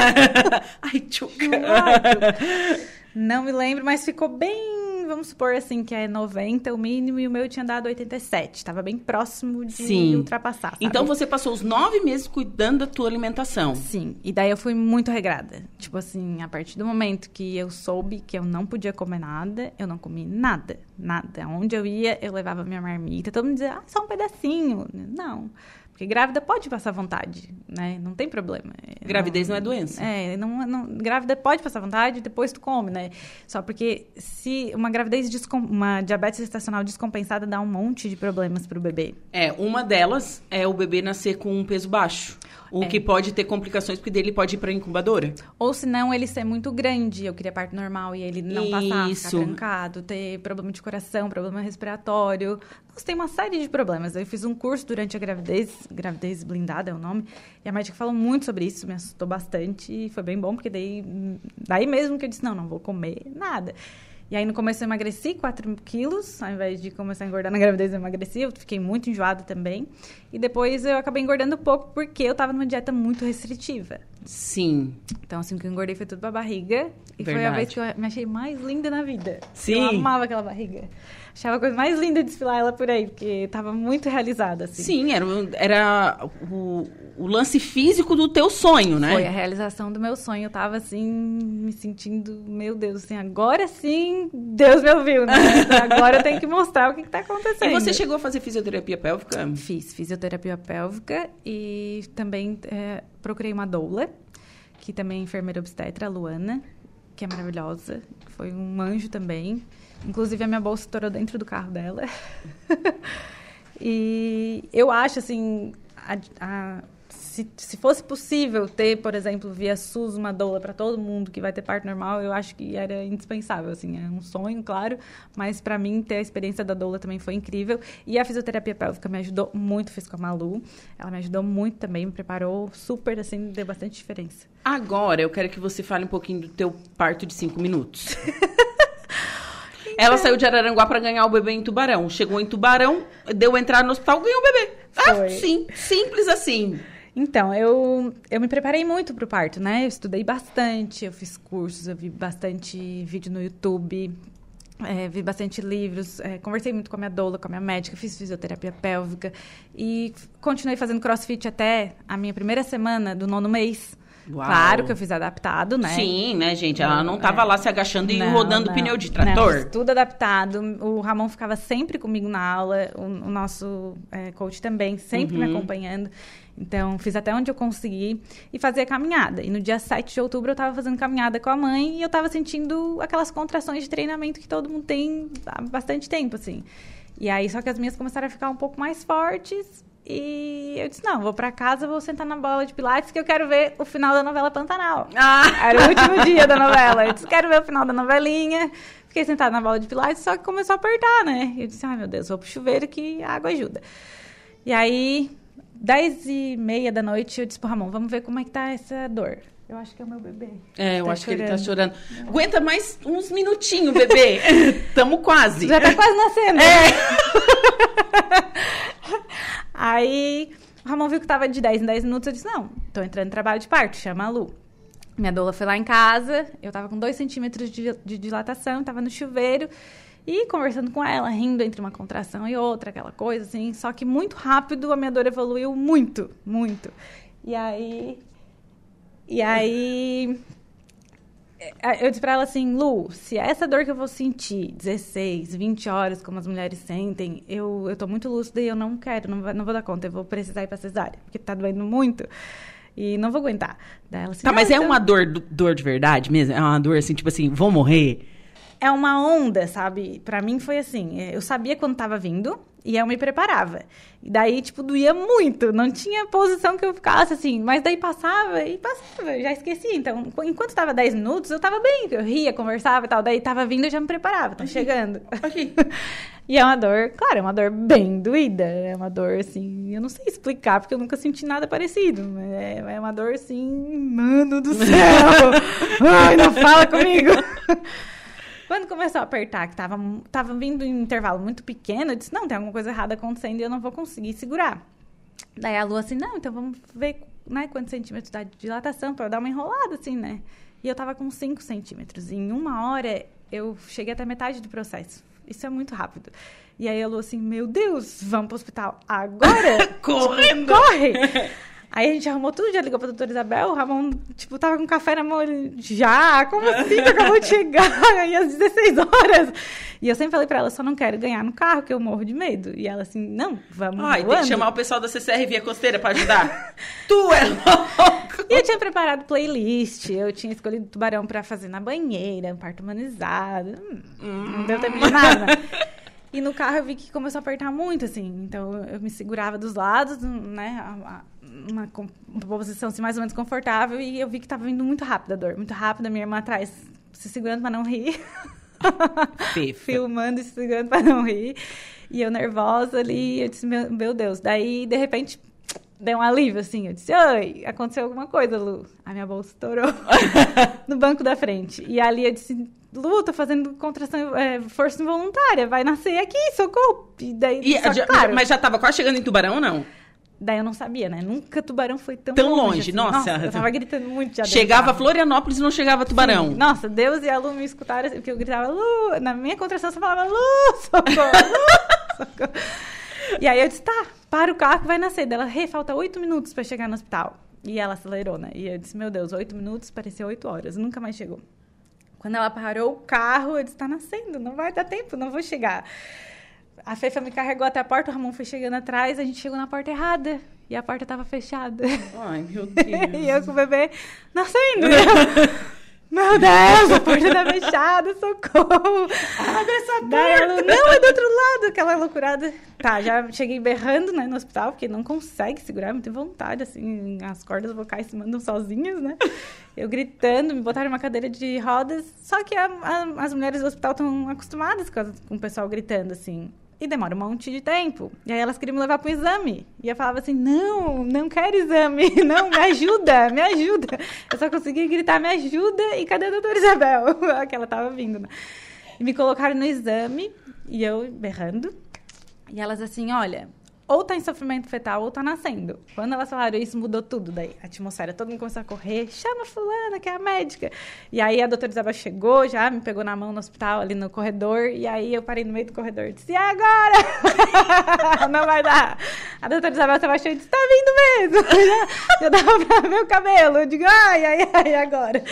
Ai, tchuca. Ai, tchuca. Não me lembro, mas ficou bem... Vamos supor, assim, que é noventa o mínimo e o meu tinha dado oitenta e sete. Estava bem próximo de Sim. ultrapassar, sabe? Então, você passou os nove meses cuidando da tua alimentação. Sim. E daí, eu fui muito regrada. Tipo assim, a partir do momento que eu soube que eu não podia comer nada, eu não comi nada. Nada. Onde eu ia, eu levava minha marmita. Todo mundo dizia, ah, só um pedacinho. Não. Porque grávida pode passar vontade, né? Não tem problema. Gravidez não, não é doença. É, não, não, grávida pode passar vontade e depois tu come, né? Só porque se uma gravidez, descom, uma diabetes gestacional descompensada dá um monte de problemas pro bebê. É, uma delas é o bebê nascer com um peso baixo. O é. que pode ter complicações, porque dele pode ir pra incubadora. Ou se não, ele ser muito grande. Eu queria parto normal e ele não passar, Isso. ficar trancado, ter problema de coração, problema respiratório. Nossa, tem uma série de problemas. Eu fiz um curso durante a gravidez, gravidez blindada é o nome, e a médica falou muito sobre isso, me assustou bastante e foi bem bom, porque daí, daí mesmo que eu disse, não, não vou comer nada. E aí, no começo, eu emagreci quatro quilos. Ao invés de começar a engordar na gravidez, eu emagreci. Eu fiquei muito enjoada também. E depois, eu acabei engordando pouco, porque eu tava numa dieta muito restritiva. Sim. Então, assim, o que eu engordei foi tudo pra barriga. E Verdade. Foi a vez que eu me achei mais linda na vida. Sim. Eu amava aquela barriga. Achava a coisa mais linda desfilar ela por aí, porque tava muito realizada, assim. Sim, era, era o, o lance físico do teu sonho, né? Foi a realização do meu sonho. Eu tava, assim, me sentindo, meu Deus, assim, agora sim, Deus me ouviu, né? Agora eu tenho que mostrar o que, que tá acontecendo. E você chegou a fazer fisioterapia pélvica? Fiz fisioterapia pélvica e também é, procurei uma doula, que também é enfermeira obstetra, a Luana, que é maravilhosa, foi um anjo também. Inclusive, a minha bolsa estourou dentro do carro dela. E eu acho, assim, a, a, se, se fosse possível ter, por exemplo, via SUS, uma doula para todo mundo que vai ter parto normal, eu acho que era indispensável, assim, é um sonho, claro, mas para mim ter a experiência da doula também foi incrível. E a fisioterapia pélvica me ajudou muito, fiz com a Malu, ela me ajudou muito também, me preparou super, assim, deu bastante diferença. Agora, eu quero que você fale um pouquinho do teu parto de cinco minutos. Ela saiu de Araranguá para ganhar o bebê em Tubarão. Chegou em Tubarão, deu entrar no hospital, ganhou o bebê. Ah, sim, simples assim. Então, eu, eu me preparei muito pro parto, né? Eu estudei bastante, eu fiz cursos, eu vi bastante vídeo no YouTube, é, vi bastante livros, é, conversei muito com a minha doula, com a minha médica, fiz fisioterapia pélvica e continuei fazendo crossfit até a minha primeira semana do nono mês. Uau. Claro que eu fiz adaptado, né? Sim, né, gente? Ela não tava é. lá se agachando e não, rodando não, pneu de trator. Não, tudo adaptado. O Ramon ficava sempre comigo na aula, o, o nosso é, coach também, sempre uhum. me acompanhando. Então, fiz até onde eu consegui e fazia caminhada. E no dia sete de outubro eu tava fazendo caminhada com a mãe e eu tava sentindo aquelas contrações de treinamento que todo mundo tem há bastante tempo, assim. E aí, só que as minhas começaram a ficar um pouco mais fortes. E eu disse, não, vou pra casa, vou sentar na bola de pilates que eu quero ver o final da novela Pantanal. Ah. Era o último dia da novela. Eu disse, quero ver o final da novelinha. Fiquei sentada na bola de pilates, só que começou a apertar, né? Eu disse, ai, meu Deus, vou pro chuveiro que a água ajuda. E aí, dez e meia da noite, eu disse pro Ramon, vamos ver como é que tá essa dor. Eu acho que é o meu bebê. É, eu tá acho chorando. Que ele tá chorando. Não. Aguenta mais uns minutinhos, bebê. Tamo quase. Já tá quase nascendo. É. Né? Aí, o Ramon viu que tava de dez em dez minutos. Eu disse, não, tô entrando em trabalho de parto, chama a Lu. Minha doula foi lá em casa. Eu tava com dois centímetros de, de dilatação, tava no chuveiro. E conversando com ela, rindo entre uma contração e outra, aquela coisa assim. Só que muito rápido a minha dor evoluiu muito, muito. E aí... E aí, eu disse pra ela assim, Lu, se é essa dor que eu vou sentir dezesseis, vinte horas, como as mulheres sentem, eu, eu tô muito lúcida e eu não quero, não, não vou dar conta, eu vou precisar ir pra cesárea, porque tá doendo muito e não vou aguentar. Daí ela assim, tá, mas então... é uma dor, dor de verdade mesmo? É uma dor assim, tipo assim, vou morrer? É uma onda, sabe? Pra mim foi assim, eu sabia quando tava vindo e eu me preparava. E daí, tipo, doía muito, não tinha posição que eu ficasse assim, mas daí passava e passava, eu já esqueci. Então, enquanto tava dez minutos, eu tava bem, eu ria, conversava e tal, daí tava vindo e eu já me preparava, tá chegando. Aqui. E é uma dor, claro, é uma dor bem doída, é uma dor, assim, eu não sei explicar, porque eu nunca senti nada parecido, mas é, é uma dor, assim, mano do céu, ai, não fala comigo. Quando começou a apertar, que tava, tava vindo em um intervalo muito pequeno, eu disse, não, tem alguma coisa errada acontecendo e eu não vou conseguir segurar. Daí a Lu assim, não, então vamos ver, né, quantos centímetros dá de dilatação, pra eu dar uma enrolada, assim, né. E eu tava com cinco centímetros, e em uma hora eu cheguei até metade do processo. Isso é muito rápido. E aí a Lu assim, meu Deus, vamos pro hospital agora? Correndo! Corre! Aí a gente arrumou tudo, já ligou pra doutora Isabel, o Ramon, tipo, tava com café na mão, ele, já? Como assim? Tu acabou de chegar? Aí às dezesseis horas. E eu sempre falei pra ela, só não quero ganhar no carro, que eu morro de medo. E ela assim, não, vamos Ai, voando. tem que chamar o pessoal da C C R Via Costeira pra ajudar. Tu é louco! E eu tinha preparado playlist, eu tinha escolhido tubarão pra fazer na banheira, um parto humanizado. Hum, não deu tempo de nada. E no carro eu vi que começou a apertar muito, assim. Então eu me segurava dos lados, né? A, a, uma, uma posição assim, mais ou menos confortável. E eu vi que tava vindo muito rápido a dor. Muito rápido, a minha irmã atrás se segurando pra não rir. Filmando e se segurando pra não rir. E eu nervosa ali. Eu disse, meu, meu Deus. Daí, de repente, deu um alívio, assim. Eu disse, oi, aconteceu alguma coisa, Lu. A minha bolsa estourou no banco da frente. E ali eu disse... Lu, tô fazendo contração, é, força involuntária, vai nascer aqui, socorro. E daí, e, só, já, claro, mas já tava quase chegando em Tubarão ou não? Daí eu não sabia, né? Nunca Tubarão foi tão, tão longe. longe assim. Nossa. Nossa, eu tava gritando muito já. Chegava a Florianópolis e não chegava a Tubarão. Sim. Nossa, Deus e a Lu me escutaram, porque eu gritava, Lu, na minha contração você falava, Lu, socorro, Lu, socorro. E aí eu disse, tá, para o carro que vai nascer. Daí ela, hey, falta oito minutos pra chegar no hospital. E ela acelerou, né? E eu disse, meu Deus, oito minutos, parecia oito horas, nunca mais chegou. Quando ela parou o carro, eu disse, tá nascendo, não vai dar tempo, não vou chegar. A Fefa me carregou até a porta, o Ramon foi chegando atrás, a gente chegou na porta errada. E a porta tava fechada. Ai, meu Deus. E eu com o bebê nascendo. Meu Deus, a porta tá fechada, socorro. Abre essa porta. Daí ela, não, é do outro lado, aquela loucurada. Tá, já cheguei berrando, né, no hospital, porque não consegue segurar, muita vontade, assim, as cordas vocais se mandam sozinhas, né? Eu gritando, me botaram uma cadeira de rodas, só que a, a, as mulheres do hospital estão acostumadas com, com o pessoal gritando, assim. E demora um monte de tempo. E aí elas queriam me levar para um exame. E eu falava assim, não, não quero exame. Não, me ajuda, me ajuda. Eu só conseguia gritar, me ajuda. E cadê a doutora Isabel? Que ela tava vindo, né? E me colocaram no exame. E eu berrando. E elas assim, olha... ou tá em sofrimento fetal, ou tá nascendo. Quando elas falaram isso, mudou tudo daí. A atmosfera, todo mundo começou a correr. Chama a fulana, que é a médica. E aí, a doutora Isabel chegou, já me pegou na mão no hospital, ali no corredor. E aí, eu parei no meio do corredor e disse, e agora? Não vai dar. A doutora Isabel se abaixou e disse, tá vindo mesmo. Já, já dava pra ver o cabelo. Eu digo, ai, ai, ai, agora.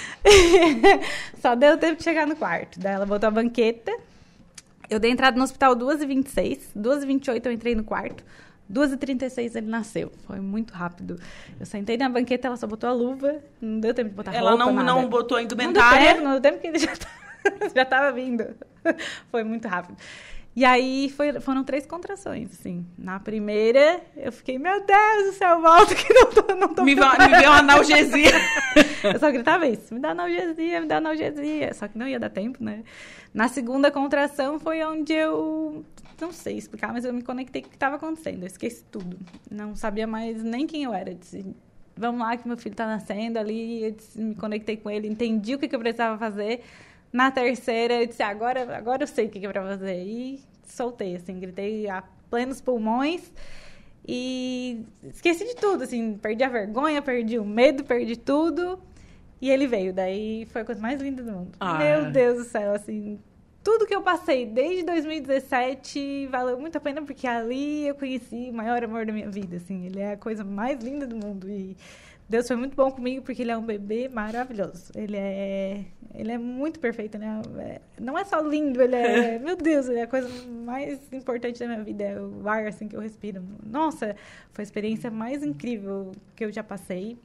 Só deu tempo de chegar no quarto. Daí, ela botou a banqueta. Eu dei entrada no hospital duas e vinte e seis, duas e vinte e oito eu entrei no quarto, duas e trinta e seis ele nasceu. Foi muito rápido. Eu sentei na banqueta, ela só botou a luva, não deu tempo de botar ela roupa, não, nada. não botou a indumentária? Não deu tempo, não deu tempo, porque ele já tava, já tava vindo. Foi muito rápido. E aí, foi, foram três contrações, assim. Na primeira, eu fiquei, meu Deus do céu, volta que não tô, não tô Me, me deu uma analgesia. Eu só gritava isso, me dá analgesia, me dá analgesia. Só que não ia dar tempo, né? Na segunda contração foi onde eu, não sei explicar, mas eu me conectei com o que estava acontecendo. Eu esqueci tudo. Não sabia mais nem quem eu era. Eu disse, vamos lá que meu filho está nascendo ali. Eu disse, me conectei com ele, entendi o que, que eu precisava fazer. Na terceira, eu disse, agora, agora eu sei o que, que é para fazer. E soltei, assim, gritei a plenos pulmões. E esqueci de tudo, assim, perdi a vergonha, perdi o medo, perdi tudo. E ele veio, daí foi a coisa mais linda do mundo. Ah. Meu Deus do céu, assim, tudo que eu passei desde dois mil e dezessete valeu muito a pena, porque ali eu conheci o maior amor da minha vida, assim, ele é a coisa mais linda do mundo. E Deus foi muito bom comigo porque ele é um bebê maravilhoso. Ele é, ele é muito perfeito, né? Não é só lindo, ele é... Meu Deus, ele é a coisa mais importante da minha vida. É o ar, assim, que eu respiro. Nossa, foi a experiência mais incrível que eu já passei.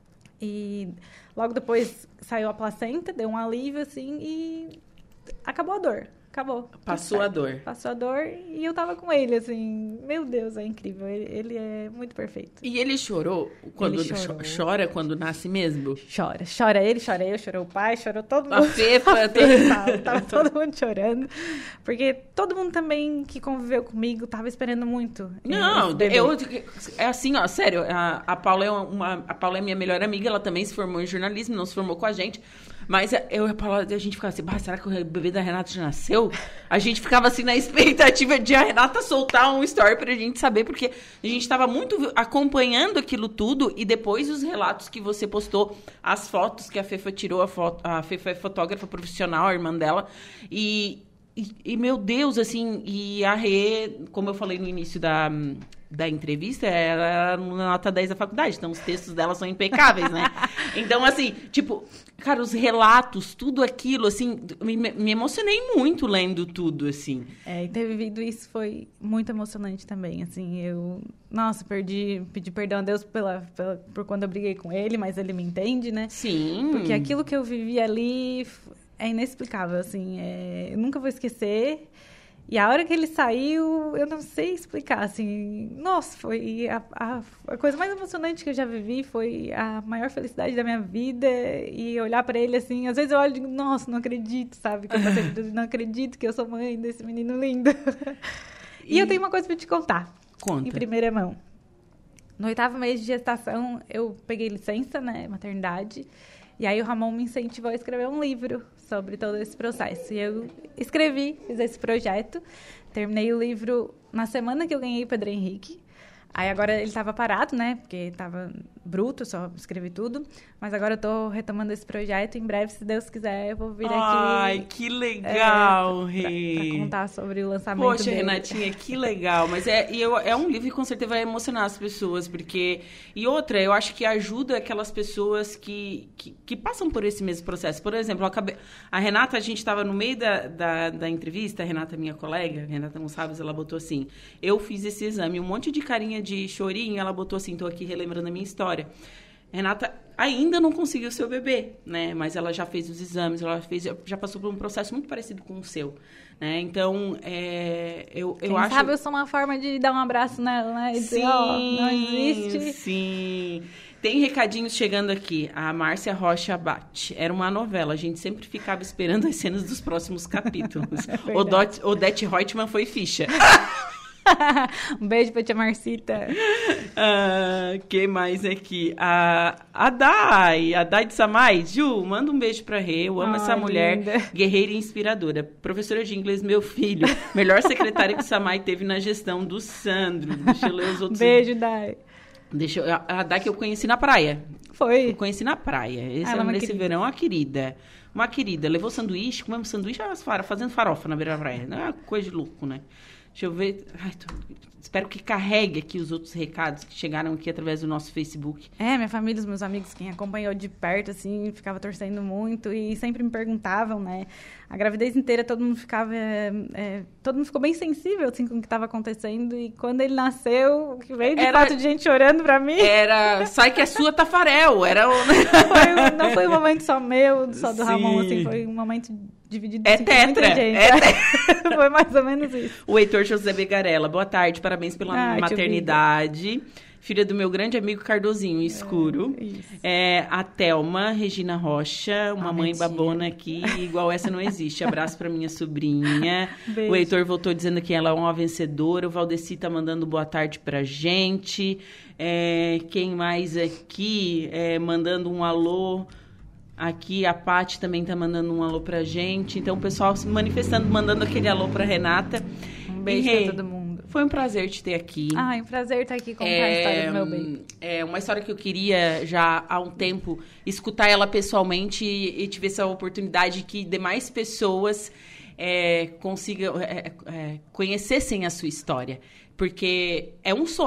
E logo depois saiu a placenta, deu um alívio, assim, e acabou a dor. Acabou. Passou a dor. Passou a dor e eu tava com ele, assim... Meu Deus, é incrível. Ele, ele é muito perfeito. E ele chorou quando Ele chorou. chora quando nasce mesmo? Chora. Chora ele, chora eu, chorou o pai, chorou todo mundo. A Fefa. A Fefa, tava todo mundo chorando. Porque todo mundo também que conviveu comigo tava esperando muito. Não, esse bebê. eu... É assim, ó, sério. A, a, Paula é uma, a Paula é minha melhor amiga. Ela também se formou em jornalismo, não se formou com a gente. Mas eu e a Paula, a gente ficava assim, bah, será que o bebê da Renata já nasceu? A gente ficava assim na expectativa de a Renata soltar um story pra gente saber, porque a gente tava muito acompanhando aquilo tudo e depois os relatos que você postou, as fotos que a Fefa tirou, a, foto, a Fefa é fotógrafa profissional, a irmã dela, e, e, e meu Deus, assim, e a Rê, como eu falei no início da... da entrevista, ela era nota dez da faculdade, então os textos dela são impecáveis, né? Então, assim, tipo, cara, os relatos, tudo aquilo, assim, me, me emocionei muito lendo tudo, assim. É, e ter vivido isso foi muito emocionante também, assim, eu... Nossa, perdi, pedi perdão a Deus pela, pela, por quando eu briguei com ele, mas ele me entende, né? Sim. Porque aquilo que eu vivi ali é inexplicável, assim, é, eu nunca vou esquecer. E a hora que ele saiu, eu não sei explicar, assim... Nossa, foi a, a, a coisa mais emocionante que eu já vivi, foi a maior felicidade da minha vida. E olhar pra ele, assim... Às vezes eu olho e digo, nossa, não acredito, sabe? Que eu passei por tudo, não acredito que eu sou mãe desse menino lindo. E, e eu tenho uma coisa pra te contar. Conta. Em primeira mão. No oitavo mês de gestação, eu peguei licença, né? Maternidade. E aí o Ramon me incentivou a escrever um livro sobre todo esse processo. E eu escrevi, fiz esse projeto. Terminei o livro na semana que eu ganhei o Pedro Henrique. Aí agora ele estava parado, né? Porque estava bruto, só escrevi tudo. Mas agora eu tô retomando esse projeto. Em breve, se Deus quiser, eu vou vir aqui. Ai, que legal, é, Rê. Pra, pra contar sobre o lançamento Poxa, dele. Renatinha, que legal. Mas é, e eu, é um livro que com certeza vai emocionar as pessoas, porque... E outra, eu acho que ajuda aquelas pessoas que, que, que passam por esse mesmo processo. Por exemplo, eu acabei, a Renata, a gente estava no meio da, da, da entrevista, a Renata, minha colega, a Renata Gonçalves, ela botou assim, eu fiz esse exame, um monte de carinha de chorinho, ela botou assim, tô aqui relembrando a minha história. Renata ainda não conseguiu seu bebê, né? Mas ela já fez os exames, ela fez, já passou por um processo muito parecido com o seu, né? Então, é, eu, Quem eu acho... sabe eu sou uma forma de dar um abraço nela, né? E dizer, Sim, ó, não existe. Sim. Tem recadinhos chegando aqui. A Márcia Rocha Abate. Era uma novela. A gente sempre ficava esperando as cenas dos próximos capítulos. É Odete, Odete Reutemann foi ficha. Um beijo pra tia Marcita. Ah, que mais aqui? A, a Dai, a Dai de Samai. Ju, manda um beijo pra Rê. Eu amo Ai, essa mulher linda. guerreira e inspiradora. Professora de inglês, meu filho. Melhor secretária que Samai teve na gestão do Sandro. Deixa eu ler os outros. Beijo, Dai. Deixa eu, a, a Dai que eu conheci na praia. Foi. Eu conheci na praia. Esse Ela é uma nesse querida. verão, a querida. Uma querida. Levou sanduíche, comemos sanduíche, fazendo farofa na beira da praia. Não é uma coisa de louco, né? Deixa eu ver. Ai, tô... Espero que carregue aqui os outros recados que chegaram aqui através do nosso Facebook. É, minha família, os meus amigos, quem acompanhou de perto, assim, ficava torcendo muito e sempre me perguntavam, né? A gravidez inteira todo mundo ficava... É, é, todo mundo ficou bem sensível, assim, com o que estava acontecendo. E quando ele nasceu, o que veio de Era- fato de gente chorando pra mim... Era. Sai que é sua, Tafarel. Era o. Foi- não foi um momento só meu, só do Sim. Ramon, assim, foi um momento dividido É assim, com muita tetra, gente. é Foi mais ou menos isso. O Heitor José Begarella. Boa tarde, parabéns pela Ah, tio maternidade. Filha do meu grande amigo Cardozinho Escuro. É, isso. É, a Thelma Regina Rocha, uma Ah, mãe mentira. babona aqui, igual essa não existe. Abraço pra minha sobrinha. Beijo. O Heitor voltou dizendo que ela é uma vencedora. O Valdeci tá mandando boa tarde pra gente. É, quem mais aqui? É, mandando um alô. Aqui a Paty também tá mandando um alô pra gente. Então o pessoal se manifestando, mandando aquele alô pra Renata. Um beijo E, Rê, pra todo mundo. Foi um prazer te ter aqui. Ai, um prazer estar aqui contar a história do meu bem. É uma história que eu queria já há um tempo escutar ela pessoalmente e, e tive essa oportunidade que demais pessoas é, consigam é, é, conhecessem a sua história. Porque é um sonho.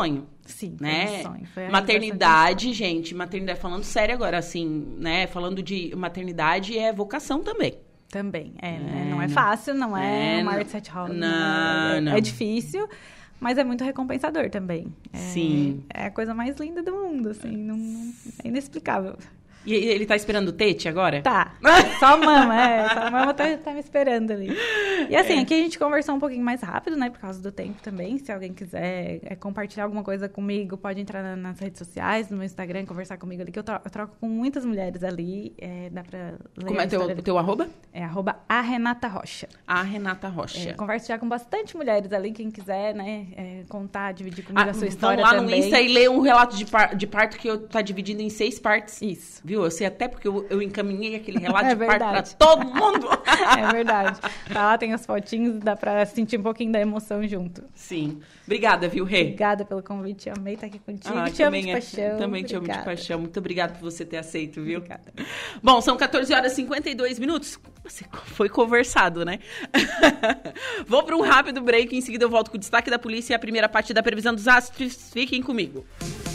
Sim, né? foi um sonho. Foi a maternidade, gente, maternidade, falando sério agora, assim, né? Falando de maternidade é vocação também. Também, é, é né? Não é fácil, não é, é uma art set hall. Não, é, não. É difícil, mas é muito recompensador também. É, Sim. É a coisa mais linda do mundo, assim, não, é inexplicável. E ele tá esperando o Tete agora? Tá, só mama, é, só mama tá, tá me esperando ali. E assim, é. aqui a gente conversou um pouquinho mais rápido, né, por causa do tempo também. Se alguém quiser é, compartilhar alguma coisa comigo, pode entrar na, nas redes sociais, no meu Instagram, conversar comigo ali, que eu, tro eu troco com muitas mulheres ali, é, dá pra ler. Como é teu, teu arroba? É arroba a Renata Rocha. A Renata Rocha. É, converso já com bastante mulheres ali, quem quiser, né, é, contar, dividir comigo ah, a sua história vão lá também. no Insta e lê um relato de, par de parto que eu tá dividindo em seis partes. Isso. Viu? Eu sei até porque eu, eu encaminhei aquele relato é de verdade. parto pra todo mundo. É verdade. Tá lá, tem as fotinhos, dá pra sentir um pouquinho da emoção junto. Sim. Obrigada, viu, Rê? Obrigada pelo convite, amei estar aqui contigo. Ah, te amo de é, paixão. Também obrigada. te amo de paixão. Muito obrigada por você ter aceito, viu? Obrigada. Bom, são quatorze horas e cinquenta e dois minutos. Você foi conversado, né? Vou para um rápido break, em seguida eu volto com o destaque da polícia e a primeira parte da previsão dos astros. Fiquem comigo.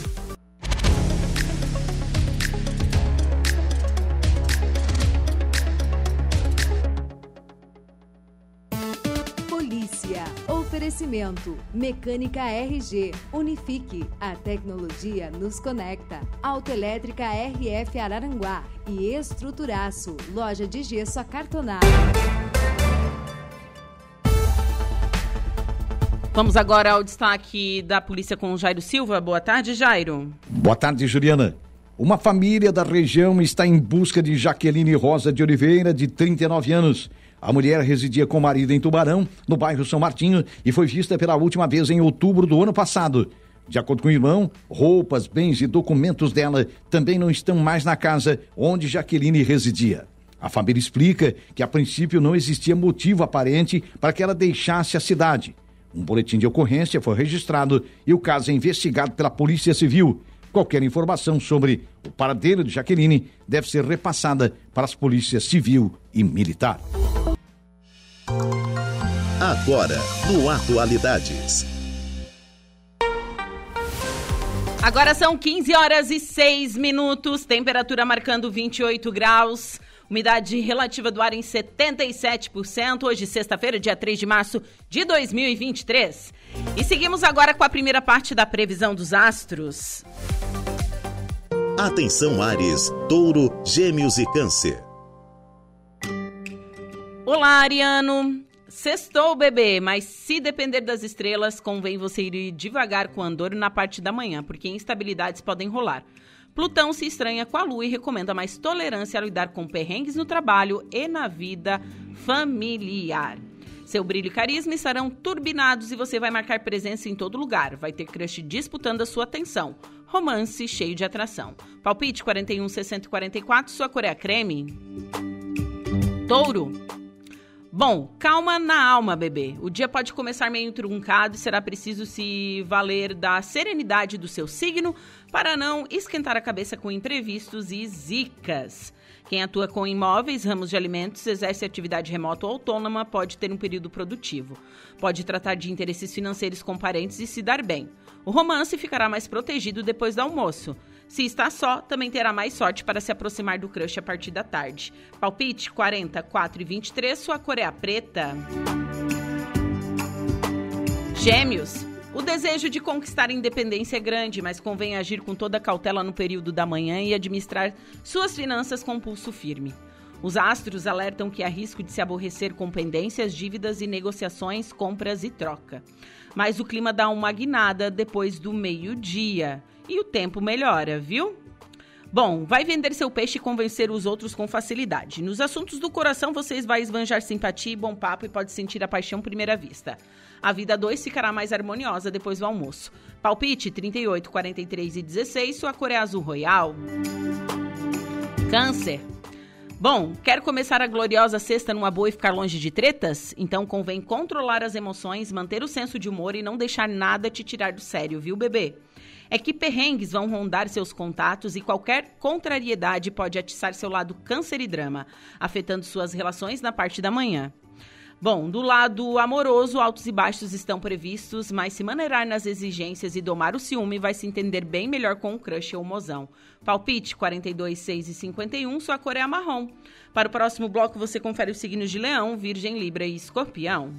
Oferecimento, Mecânica R G, Unifique, a tecnologia nos conecta. Autoelétrica R F Araranguá e Estruturaço, loja de gesso acartonado. Vamos agora ao destaque da polícia com o Jairo Silva. Boa tarde, Jairo. Boa tarde, Juliana. Uma família da região está em busca de Jaqueline Rosa de Oliveira, de trinta e nove anos. A mulher residia com o marido em Tubarão, no bairro São Martinho, e foi vista pela última vez em outubro do ano passado. De acordo com o irmão, roupas, bens e documentos dela também não estão mais na casa onde Jaqueline residia. A família explica que a princípio não existia motivo aparente para que ela deixasse a cidade. Um boletim de ocorrência foi registrado e o caso é investigado pela Polícia Civil. Qualquer informação sobre o paradeiro de Jaqueline deve ser repassada para as polícias civil e militar. Agora, no Atualidades. Agora são quinze horas e seis minutos, temperatura marcando vinte e oito graus, umidade relativa do ar em setenta e sete por cento, hoje sexta-feira, dia três de março de dois mil e vinte e três. E seguimos agora com a primeira parte da previsão dos astros. Atenção, Áries, Touro, Gêmeos e Câncer. Olá, Ariano. Sextou, bebê, mas se depender das estrelas, convém você ir devagar com o Andor na parte da manhã, porque instabilidades podem rolar. Plutão se estranha com a Lua e recomenda mais tolerância ao lidar com perrengues no trabalho e na vida familiar. Seu brilho e carisma estarão turbinados e você vai marcar presença em todo lugar. Vai ter crush disputando a sua atenção. Romance cheio de atração. Palpite quarenta e um, sessenta e quarenta e quatro, sua cor é a creme. Touro. Bom, calma na alma, bebê. O dia pode começar meio truncado e será preciso se valer da serenidade do seu signo para não esquentar a cabeça com imprevistos e zicas. Quem atua com imóveis, ramos de alimentos, exerce atividade remota ou autônoma pode ter um período produtivo. Pode tratar de interesses financeiros com parentes e se dar bem. O romance ficará mais protegido depois do almoço. Se está só, também terá mais sorte para se aproximar do crush a partir da tarde. Palpite quarenta, quatro e vinte e três, sua cor é a preta. Gêmeos. O desejo de conquistar a independência é grande, mas convém agir com toda cautela no período da manhã e administrar suas finanças com pulso firme. Os astros alertam que há risco de se aborrecer com pendências, dívidas e negociações, compras e troca. Mas o clima dá uma guinada depois do meio-dia. E o tempo melhora, viu? Bom, vai vender seu peixe e convencer os outros com facilidade. Nos assuntos do coração, vocês vão esbanjar simpatia e bom papo e pode sentir a paixão à primeira vista. A vida dois ficará mais harmoniosa depois do almoço. Palpite trinta e oito, quarenta e três e dezesseis, sua cor é azul royal. Câncer. Bom, quer começar a gloriosa sexta numa boa e ficar longe de tretas? Então convém controlar as emoções, manter o senso de humor e não deixar nada te tirar do sério, viu, bebê? É que perrengues vão rondar seus contatos e qualquer contrariedade pode atiçar seu lado câncer e drama, afetando suas relações na parte da manhã. Bom, do lado amoroso, altos e baixos estão previstos, mas se maneirar nas exigências e domar o ciúme, vai se entender bem melhor com o crush ou mozão. Palpite quarenta e dois, seis e cinquenta e um, sua cor é a marrom. Para o próximo bloco, você confere os signos de Leão, Virgem, Libra e Escorpião.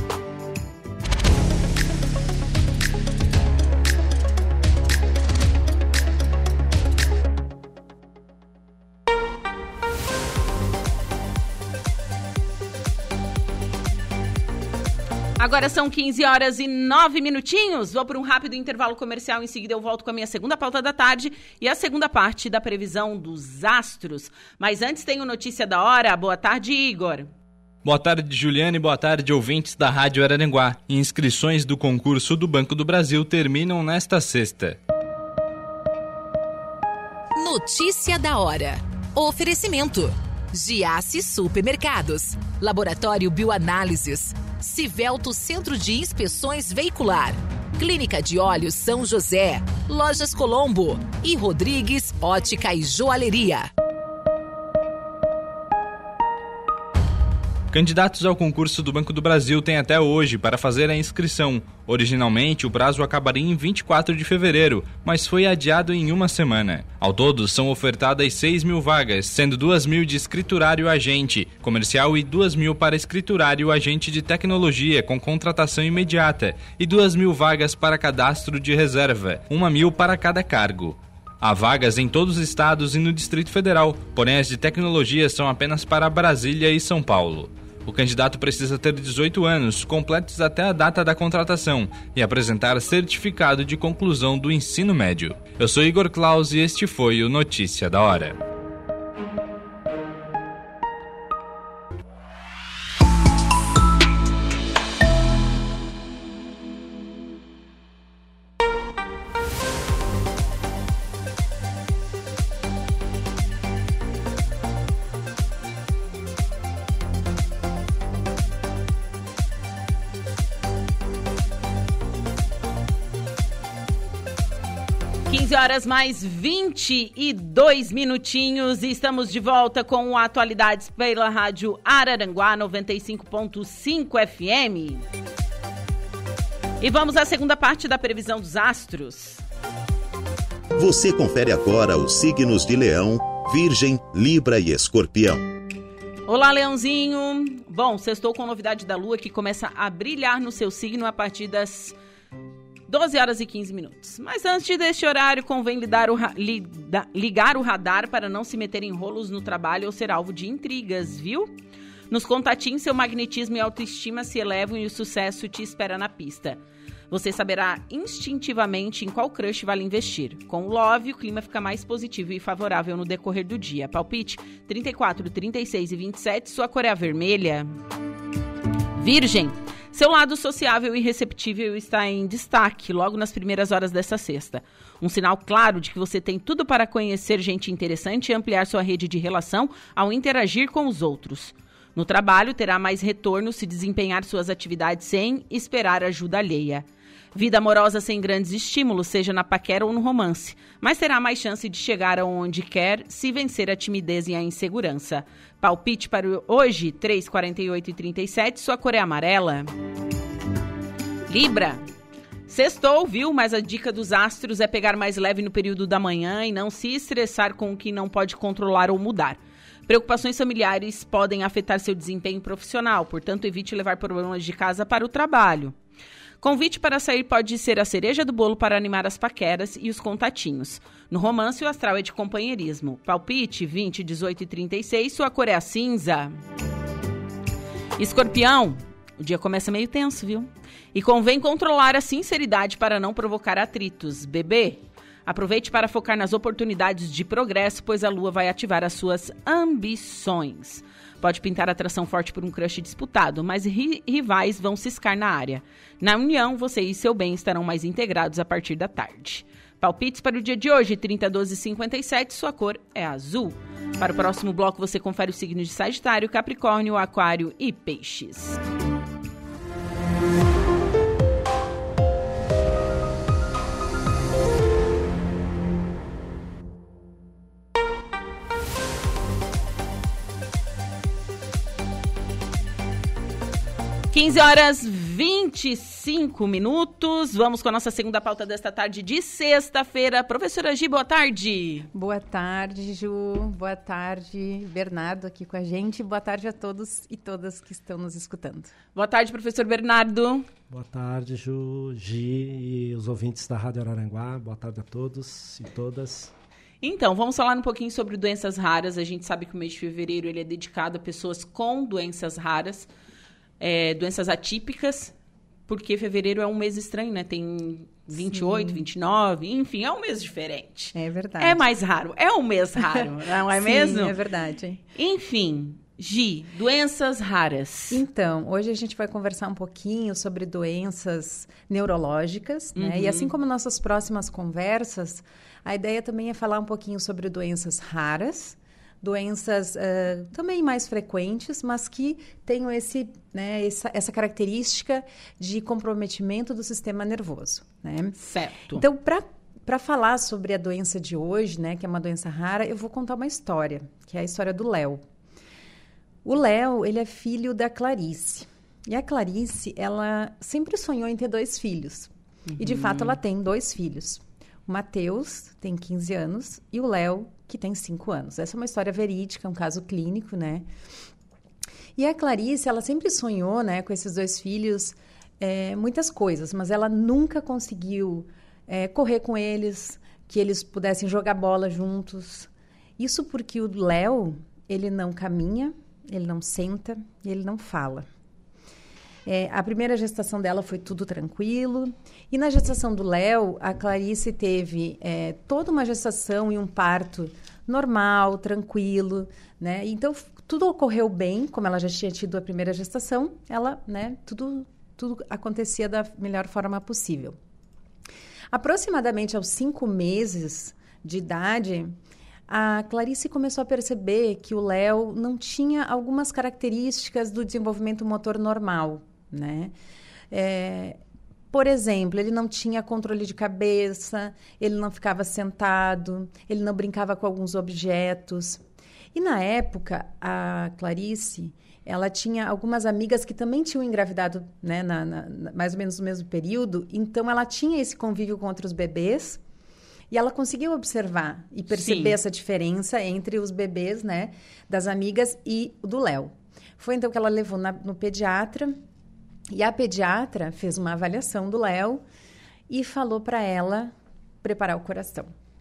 Agora são quinze horas e nove minutinhos. Vou para um rápido intervalo comercial. Em seguida eu volto com a minha segunda pauta da tarde e a segunda parte da previsão dos astros. Mas antes tenho notícia da hora. Boa tarde, Igor. Boa tarde, Juliane. Boa tarde, ouvintes da Rádio Araranguá. Inscrições do concurso do Banco do Brasil terminam nesta sexta. Notícia da hora. Oferecimento. Giasse Supermercados. Laboratório Bioanálises. Civelto Centro de Inspeções Veicular, Clínica de Óleos São José, Lojas Colombo e Rodrigues Ótica e Joalheria. Candidatos ao concurso do Banco do Brasil têm até hoje para fazer a inscrição. Originalmente, o prazo acabaria em vinte e quatro de fevereiro, mas foi adiado em uma semana. Ao todo, são ofertadas seis mil vagas, sendo duas mil de escriturário agente comercial e duas mil para escriturário agente de tecnologia com contratação imediata e duas mil vagas para cadastro de reserva, uma mil para cada cargo. Há vagas em todos os estados e no Distrito Federal, porém as de tecnologia são apenas para Brasília e São Paulo. O candidato precisa ter dezoito anos, completos até a data da contratação, e apresentar certificado de conclusão do ensino médio. Eu sou Igor Claus e este foi o Notícia da Hora. quinze horas mais vinte e dois minutinhos e estamos de volta com atualidades pela Rádio Araranguá noventa e cinco ponto cinco F M. E vamos à segunda parte da previsão dos astros. Você confere agora os signos de Leão, Virgem, Libra e Escorpião. Olá, Leãozinho. Bom, sextou com novidade da Lua que começa a brilhar no seu signo a partir das doze horas e quinze minutos. Mas antes deste horário, convém lidar o ra- lida- ligar o radar para não se meter em rolos no trabalho ou ser alvo de intrigas, viu? Nos contatinhos, seu magnetismo e autoestima se elevam e o sucesso te espera na pista. Você saberá instintivamente em qual crush vale investir. Com o Love, o clima fica mais positivo e favorável no decorrer do dia. Palpite trinta e quatro, trinta e seis e vinte e sete, sua cor é a vermelha. Virgem. Seu lado sociável e receptível está em destaque logo nas primeiras horas desta sexta. Um sinal claro de que você tem tudo para conhecer gente interessante e ampliar sua rede de relação ao interagir com os outros. No trabalho, terá mais retorno se desempenhar suas atividades sem esperar ajuda alheia. Vida amorosa sem grandes estímulos, seja na paquera ou no romance, mas terá mais chance de chegar aonde quer se vencer a timidez e a insegurança. Palpite para hoje, três, quarenta e oito e trinta e sete, sua cor é amarela. Libra. Sextou, viu? Mas a dica dos astros é pegar mais leve no período da manhã e não se estressar com o que não pode controlar ou mudar. Preocupações familiares podem afetar seu desempenho profissional, portanto evite levar problemas de casa para o trabalho. Convite para sair pode ser a cereja do bolo para animar as paqueras e os contatinhos. No romance, o astral é de companheirismo. Palpite vinte, dezoito e trinta e seis, sua cor é a cinza. Escorpião, o dia começa meio tenso, viu? E convém controlar a sinceridade para não provocar atritos. Bebê, aproveite para focar nas oportunidades de progresso, pois a lua vai ativar as suas ambições. Pode pintar atração forte por um crush disputado, mas ri- rivais vão ciscar na área. Na união, você e seu bem estarão mais integrados a partir da tarde. Palpites para o dia de hoje, trinta, doze e cinquenta e sete, sua cor é azul. Para o próximo bloco, você confere os signos de Sagitário, Capricórnio, Aquário e Peixes. quinze horas e vinte e cinco minutos. Vamos com a nossa segunda pauta desta tarde de sexta-feira. Professora Gi, boa tarde. Boa tarde, Ju. Boa tarde, Bernardo, aqui com a gente. Boa tarde a todos e todas que estão nos escutando. Boa tarde, professor Bernardo. Boa tarde, Ju, Gi e os ouvintes da Rádio Araranguá. Boa tarde a todos e todas. Então, vamos falar um pouquinho sobre doenças raras. A gente sabe que o mês de fevereiro ele é dedicado a pessoas com doenças raras. É, doenças atípicas, porque fevereiro é um mês estranho, né? Tem vinte e oito, Sim. vinte e nove, enfim, é um mês diferente. É verdade. É mais raro, é um mês raro, não é Sim, mesmo? É verdade. Enfim, Gi, doenças raras. Então, hoje a gente vai conversar um pouquinho sobre doenças neurológicas, né? Uhum. E assim como nossas próximas conversas, a ideia também é falar um pouquinho sobre doenças raras, doenças uh, também mais frequentes, mas que tenham esse, né, essa, essa característica de comprometimento do sistema nervoso. Né? Certo. Então, para falar sobre a doença de hoje, né, que é uma doença rara, eu vou contar uma história, que é a história do Léo. O Léo, ele é filho da Clarice. E a Clarice, ela sempre sonhou em ter dois filhos. Uhum. E, de fato, ela tem dois filhos. O Matheus tem quinze anos e o Léo, que tem cinco anos. Essa é uma história verídica, um caso clínico, né? E a Clarice, ela sempre sonhou, né, com esses dois filhos, é, muitas coisas, mas ela nunca conseguiu é, correr com eles, que eles pudessem jogar bola juntos. Isso porque o Léo, ele não caminha, ele não senta e ele não fala. É, a primeira gestação dela foi tudo tranquilo. E na gestação do Léo, a Clarice teve é, toda uma gestação e um parto normal, tranquilo, né? Então, tudo ocorreu bem, como ela já tinha tido a primeira gestação, ela, né, tudo, tudo acontecia da melhor forma possível. Aproximadamente aos cinco meses de idade, a Clarice começou a perceber que o Léo não tinha algumas características do desenvolvimento motor normal, né? É, por exemplo, ele não tinha controle de cabeça, ele não ficava sentado, ele não brincava com alguns objetos. E na época, a Clarice, ela tinha algumas amigas que também tinham engravidado, né, na, na, mais ou menos no mesmo período, então ela tinha esse convívio com outros bebês. E ela conseguiu observar e perceber Sim. essa diferença entre os bebês, né, das amigas e o do Léo. Foi então que ela levou na, no pediatra, e a pediatra fez uma avaliação do Léo e falou para ela preparar o coração.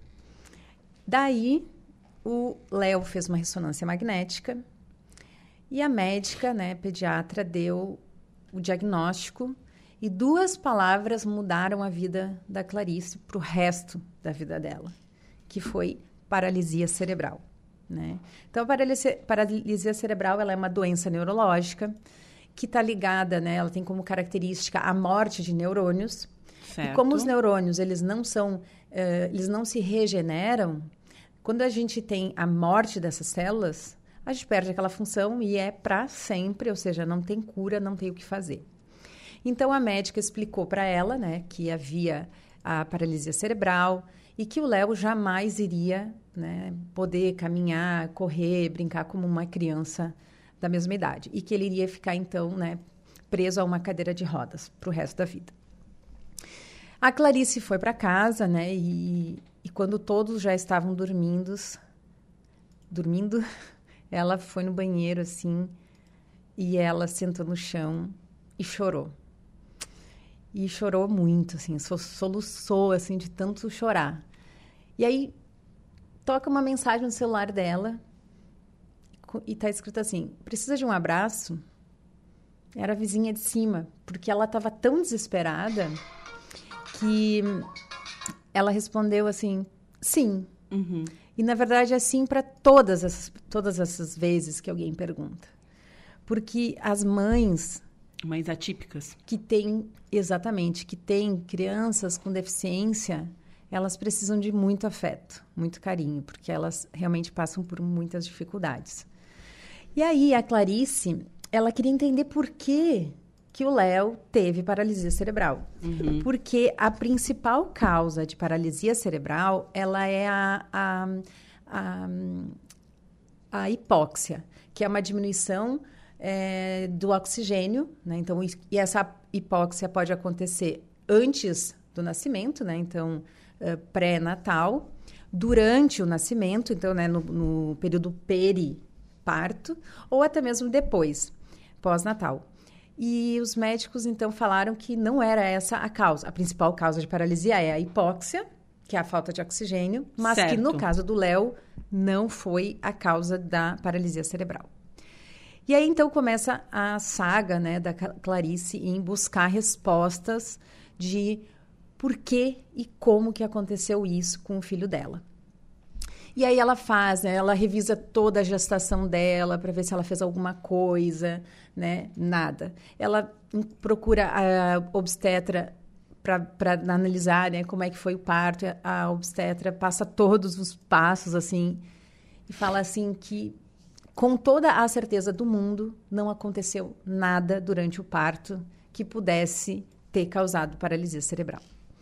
Daí, o Léo fez uma ressonância magnética e a médica, né, pediatra, deu o diagnóstico. E duas palavras mudaram a vida da Clarice para o resto da vida dela, que foi paralisia cerebral, né? Então, a paralisia, paralisia cerebral ela é uma doença neurológica que está ligada, né? Ela tem como característica a morte de neurônios. Certo. E como os neurônios eles não são, uh, eles não se regeneram, quando a gente tem a morte dessas células, a gente perde aquela função e é para sempre, ou seja, não tem cura, não tem o que fazer. Então, a médica explicou para ela, né, que havia a paralisia cerebral e que o Léo jamais iria, né, poder caminhar, correr, brincar como uma criança da mesma idade. E que ele iria ficar, então, né, preso a uma cadeira de rodas para o resto da vida. A Clarice foi para casa, né, e, e quando todos já estavam dormindo, dormindo, ela foi no banheiro, assim, e ela sentou no chão e chorou. E chorou muito, assim, soluçou, assim, de tanto chorar. E aí, toca uma mensagem no celular dela e tá escrito assim, precisa de um abraço? Era a vizinha de cima, porque ela estava tão desesperada que ela respondeu assim, sim. Uhum. E, na verdade, é sim para todas essas, todas essas vezes que alguém pergunta. Porque as mães... Mães atípicas. Que têm, exatamente, que têm crianças com deficiência, elas precisam de muito afeto, muito carinho, porque elas realmente passam por muitas dificuldades. E aí, a Clarice, ela queria entender por que, que o Léo teve paralisia cerebral. Uhum. Porque a principal causa de paralisia cerebral, ela é a, a, a, a hipóxia, que é uma diminuição é, do oxigênio, né? Então, e essa hipóxia pode acontecer antes do nascimento, né? Então, uh, pré-natal, durante o nascimento, então, né, no, no período periparto, ou até mesmo depois, pós-natal. E os médicos, então, falaram que não era essa a causa. A principal causa de paralisia é a hipóxia, que é a falta de oxigênio, mas certo. que no caso do Léo, não foi a causa da paralisia cerebral. E aí, então, começa a saga, né, da Clarice em buscar respostas de por que e como que aconteceu isso com o filho dela. E aí ela faz, né, ela revisa toda a gestação dela para ver se ela fez alguma coisa, né? Nada. Ela procura a obstetra para analisar, né, como é que foi o parto. A obstetra passa todos os passos, assim, e fala assim que, com toda a certeza do mundo, não aconteceu nada durante o parto que pudesse ter causado paralisia cerebral.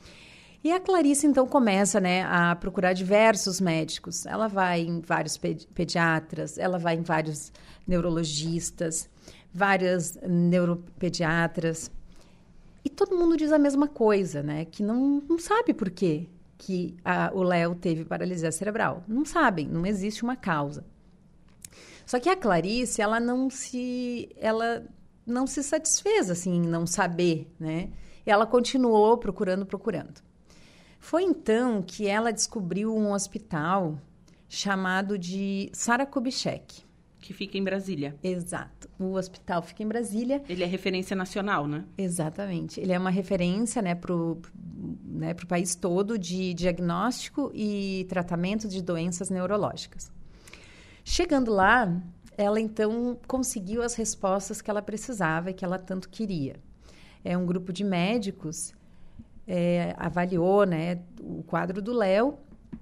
E a Clarice, então, começa, né, a procurar diversos médicos. Ela vai em vários pedi- pediatras, ela vai em vários neurologistas, várias neuropediatras. E todo mundo diz a mesma coisa, né? Que não, não sabe por quê que a, o Léo teve paralisia cerebral. Não sabem, não existe uma causa. Só que a Clarice, ela não se, ela não se satisfez, assim, em não saber, né? E ela continuou procurando, procurando. Foi então que ela descobriu um hospital chamado de Sara Kubitschek. Que fica em Brasília. Exato. O hospital fica em Brasília. Ele é referência nacional, né? Exatamente. Ele é uma referência, né, para o né, pro país todo de diagnóstico e tratamento de doenças neurológicas. Chegando lá, ela então conseguiu as respostas que ela precisava e que ela tanto queria. É um grupo de médicos é, avaliou, né, o quadro do Léo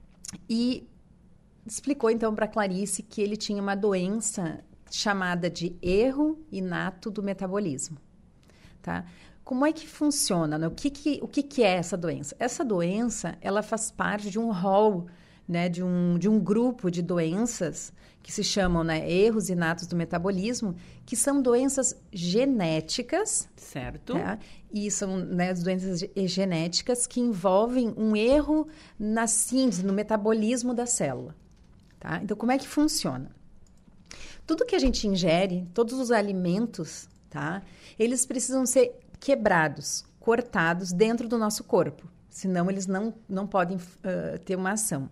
e explicou então para Clarice que ele tinha uma doença chamada de erro inato do metabolismo, tá? Como é que funciona, né? O que que, o que que é essa doença? Essa doença, ela faz parte de um rol, né, de um, de um grupo de doenças que se chamam, né, erros inatos do metabolismo, que são doenças genéticas. Certo. Tá? E são, né, as doenças genéticas que envolvem um erro na síntese, no metabolismo da célula. Tá? Então, como é que funciona? Tudo que a gente ingere, todos os alimentos, tá? Eles precisam ser quebrados, cortados dentro do nosso corpo. Senão, eles não, não podem uh, ter uma ação.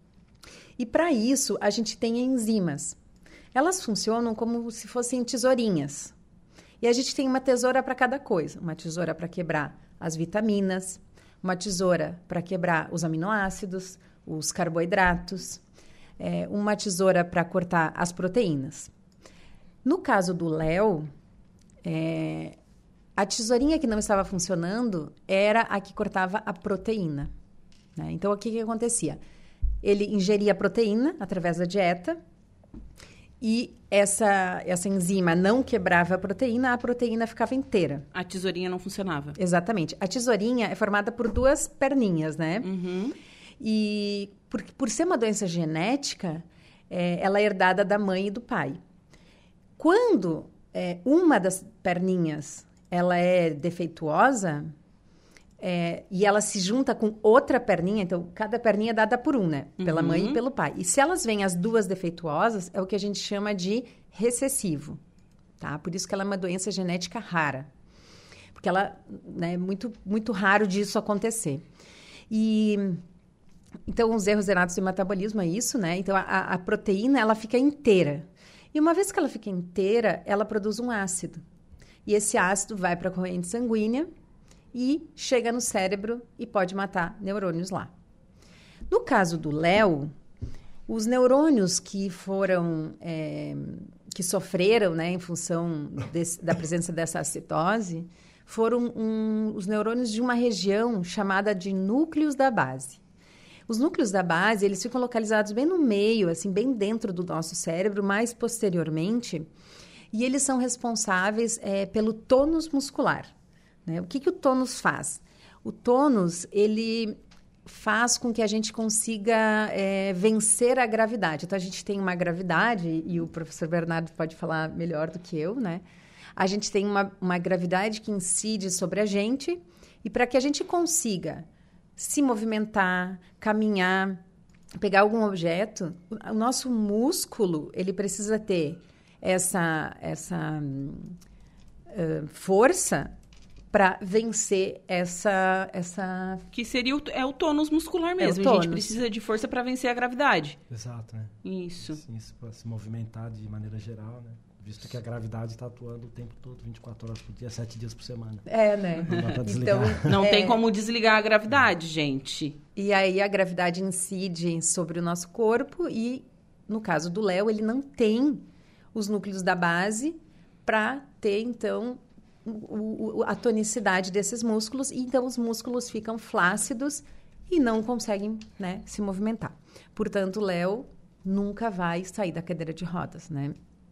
E, para isso, a gente tem enzimas. Elas funcionam como se fossem tesourinhas. E a gente tem uma tesoura para cada coisa. Uma tesoura para quebrar as vitaminas, uma tesoura para quebrar os aminoácidos, os carboidratos, é, uma tesoura para cortar as proteínas. No caso do Léo, é, a tesourinha que não estava funcionando era a que cortava a proteína, né? Então, o que, que acontecia? Ele ingeria a proteína através da dieta e essa, essa enzima não quebrava a proteína, a proteína ficava inteira. A tesourinha não funcionava. Exatamente. A tesourinha é formada por duas perninhas, né? Uhum. E por, por ser uma doença genética, é, ela é herdada da mãe e do pai. Quando é, uma das perninhas ela é defeituosa, é, e ela se junta com outra perninha, então cada perninha é dada por um, né? Pela uhum. mãe e pelo pai. E se elas vêm as duas defeituosas, é o que a gente chama de recessivo, tá? Por isso que ela é uma doença genética rara. Porque ela, né, é muito, muito raro disso acontecer. E então, os erros inatos do metabolismo é isso, né? Então, a, a proteína, ela fica inteira. E uma vez que ela fica inteira, ela produz um ácido. E esse ácido vai para a corrente sanguínea e chega no cérebro e pode matar neurônios lá. No caso do Léo, os neurônios que foram, é, que sofreram, né, em função desse, da presença dessa acetose, foram um, os neurônios de uma região chamada de núcleos da base. Os núcleos da base, eles ficam localizados bem no meio, assim, bem dentro do nosso cérebro, mais posteriormente, e eles são responsáveis é, pelo tônus muscular, né? O que, que o tônus faz? O tônus, ele faz com que a gente consiga é, vencer a gravidade. Então, a gente tem uma gravidade, e o professor Bernardo pode falar melhor do que eu, né? A gente tem uma, uma gravidade que incide sobre a gente, e para que a gente consiga se movimentar, caminhar, pegar algum objeto, o, o nosso músculo, ele precisa ter essa, essa uh, força para vencer essa, essa... Que seria o, é o tônus muscular mesmo. É a gente precisa de força para vencer a gravidade. Exato, né? Isso. Sim, isso para se movimentar de maneira geral, né? Visto que a gravidade está atuando o tempo todo, vinte e quatro horas por dia, sete dias por semana. É, né? Não dá pra desligar. Então, não é... tem como desligar a gravidade, gente. E aí a gravidade incide sobre o nosso corpo e, no caso do Léo, ele não tem os núcleos da base para ter, então, o, o, a tonicidade desses músculos. E, então, os músculos ficam flácidos e não conseguem, né, se movimentar. Portanto, o Léo nunca vai sair da cadeira de rodas, né?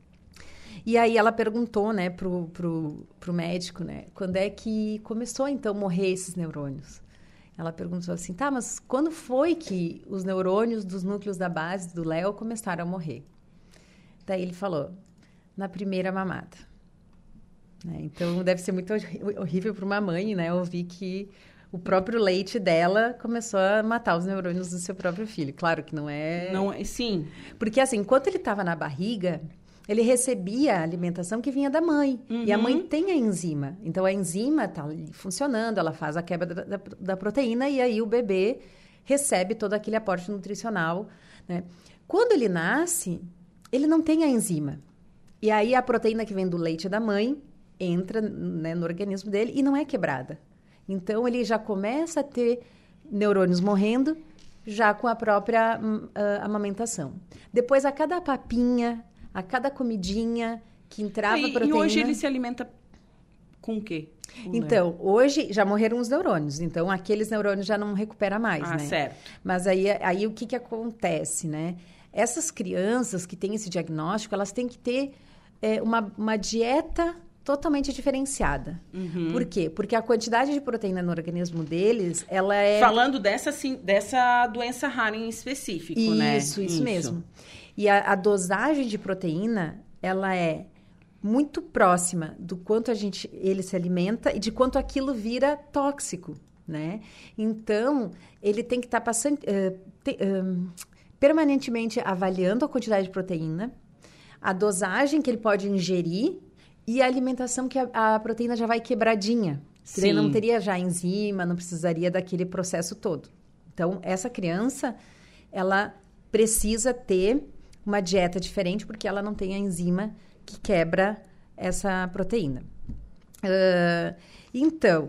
E aí ela perguntou, né, pro, pro, pro médico, né, quando é que começou, então, a morrer esses neurônios? Ela perguntou assim, tá, mas quando foi que os neurônios dos núcleos da base do Léo começaram a morrer? Daí ele falou, na primeira mamada. Né? Então, deve ser muito horrível para uma mãe, né, ouvir que o próprio leite dela começou a matar os neurônios do seu próprio filho. Claro que não é... Não é, sim. Porque, assim, enquanto ele estava na barriga... Ele recebia a alimentação que vinha da mãe. Uhum. E a mãe tem a enzima. Então, a enzima está funcionando, ela faz a quebra da, da, da proteína e aí o bebê recebe todo aquele aporte nutricional, né? Quando ele nasce, ele não tem a enzima. E aí, a proteína que vem do leite da mãe entra, né, no organismo dele e não é quebrada. Então, ele já começa a ter neurônios morrendo já com a própria uh, amamentação. Depois, a cada papinha... A cada comidinha que entrava e, proteína... E hoje ele se alimenta com o quê? Com então, né? hoje já morreram os neurônios. Então, aqueles neurônios já não recupera mais, ah, né? certo. Mas aí, aí o que, que acontece, né? Essas crianças que têm esse diagnóstico, elas têm que ter é, uma, uma dieta totalmente diferenciada. Uhum. Por quê? Porque a quantidade de proteína no organismo deles, ela é... Falando dessa, sim, dessa doença rara em específico, isso, né? Isso, isso mesmo. E a, a dosagem de proteína, ela é muito próxima do quanto a gente, ele se alimenta e de quanto aquilo vira tóxico, né? Então, ele tem que estar tá passando, uh, te, um, permanentemente avaliando a quantidade de proteína, a dosagem que ele pode ingerir e a alimentação que a, a proteína já vai quebradinha. Ele não teria já enzima, não precisaria daquele processo todo. Então, essa criança, ela precisa ter uma dieta diferente, porque ela não tem a enzima que quebra essa proteína. Uh, então,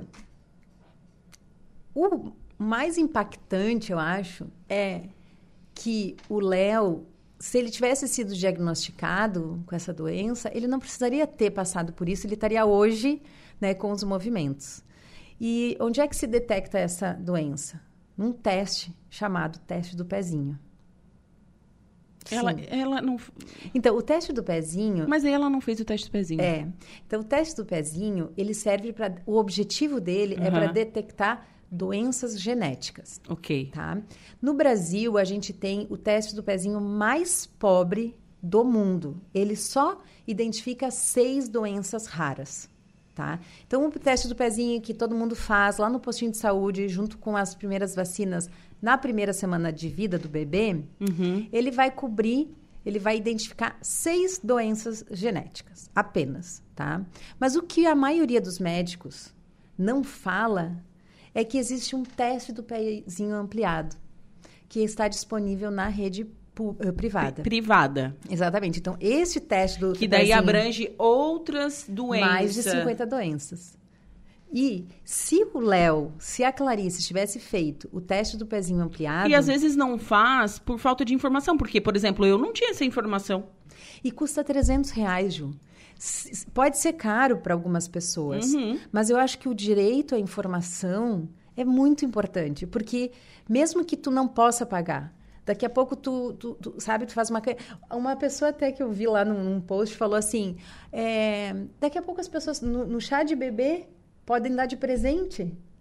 o mais impactante, eu acho, é que o Léo, se ele tivesse sido diagnosticado com essa doença, ele não precisaria ter passado por isso, ele estaria hoje, né, com os movimentos. E onde é que se detecta essa doença? Num teste chamado teste do pezinho. Ela, ela não... Então, o teste do pezinho... Mas aí ela não fez o teste do pezinho. É. Então, o teste do pezinho, ele serve para... O objetivo dele uhum. é para detectar doenças genéticas. Ok. Tá? No Brasil, a gente tem o teste do pezinho mais pobre do mundo. Ele só identifica seis doenças raras. Tá? Então, o teste do pezinho que todo mundo faz lá no postinho de saúde, junto com as primeiras vacinas, na primeira semana de vida do bebê, uhum. ele vai cobrir, ele vai identificar seis doenças genéticas, apenas, tá? Mas o que a maioria dos médicos não fala é que existe um teste do pezinho ampliado, que está disponível na rede privada. Privada. Exatamente. Então, esse teste do Que daí abrange outras doenças. Mais de cinquenta doenças. E se o Léo, se a Clarice tivesse feito o teste do pezinho ampliado... E às vezes não faz por falta de informação, porque, por exemplo, eu não tinha essa informação. E custa trezentos reais, Ju. Pode ser caro para algumas pessoas, uhum. mas eu acho que o direito à informação é muito importante, porque mesmo que tu não possa pagar, daqui a pouco tu, tu, tu sabe, tu faz uma... Uma pessoa até que eu vi lá num, num post falou assim, é, daqui a pouco as pessoas no, no chá de bebê podem dar de presente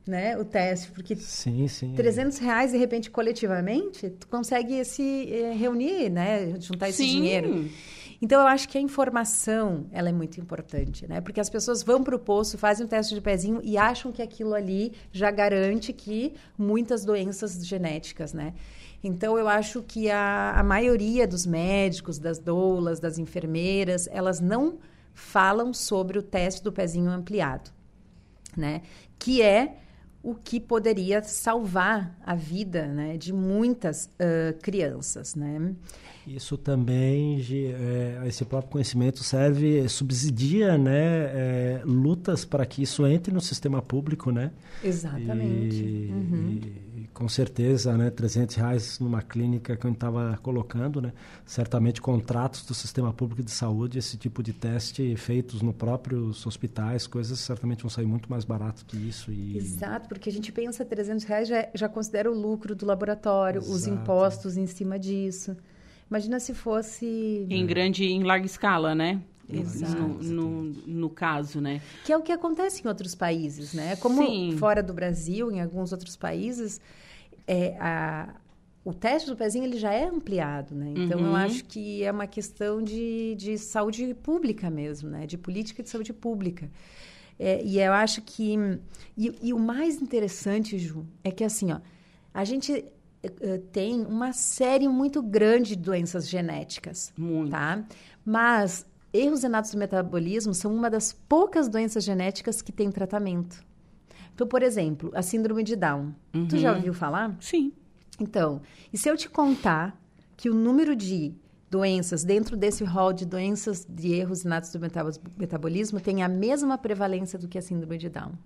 né, o teste, porque sim, sim. trezentos reais, de repente, coletivamente, tu consegue se eh, reunir, né, juntar esse Sim. dinheiro. Então, eu acho que a informação, ela é muito importante, né? Porque as pessoas vão para o posto, fazem um teste de pezinho e acham que aquilo ali já garante que muitas doenças genéticas, né? Então, eu acho que a, a maioria dos médicos, das doulas, das enfermeiras, elas não falam sobre o teste do pezinho ampliado, né? Que é o que poderia salvar a vida, né, de muitas uh, crianças, né? Isso também, é, esse próprio conhecimento serve, subsidia, né, é, lutas para que isso entre no sistema público, né? Exatamente. E, uhum. e, com certeza, né, trezentos reais numa clínica que eu estava colocando, né? Certamente contratos do sistema público de saúde, esse tipo de teste feitos no próprios hospitais, coisas certamente vão sair muito mais barato que isso. E... Exato, porque a gente pensa trezentos reais já, já considera o lucro do laboratório, Exato. Os impostos em cima disso. Imagina se fosse... Em grande, em larga escala, né? Exato. No, no, no caso, né? Que é o que acontece em outros países, né? Como Sim. fora do Brasil, em alguns outros países, é, a, o teste do pezinho ele já é ampliado, né? Então, Uhum. eu acho que é uma questão de, de saúde pública mesmo, né? De política de saúde pública. É, e eu acho que... E, e o mais interessante, Ju, é que assim, ó, a gente... tem uma série muito grande de doenças genéticas, Muito. Tá? Mas erros inatos do metabolismo são uma das poucas doenças genéticas que tem tratamento. Então, por exemplo, a síndrome de Down. Uhum. Tu já ouviu falar? Sim. Então, e se eu te contar que o número de doenças dentro desse rol de doenças de erros inatos do metabolismo tem a mesma prevalência do que a síndrome de Down?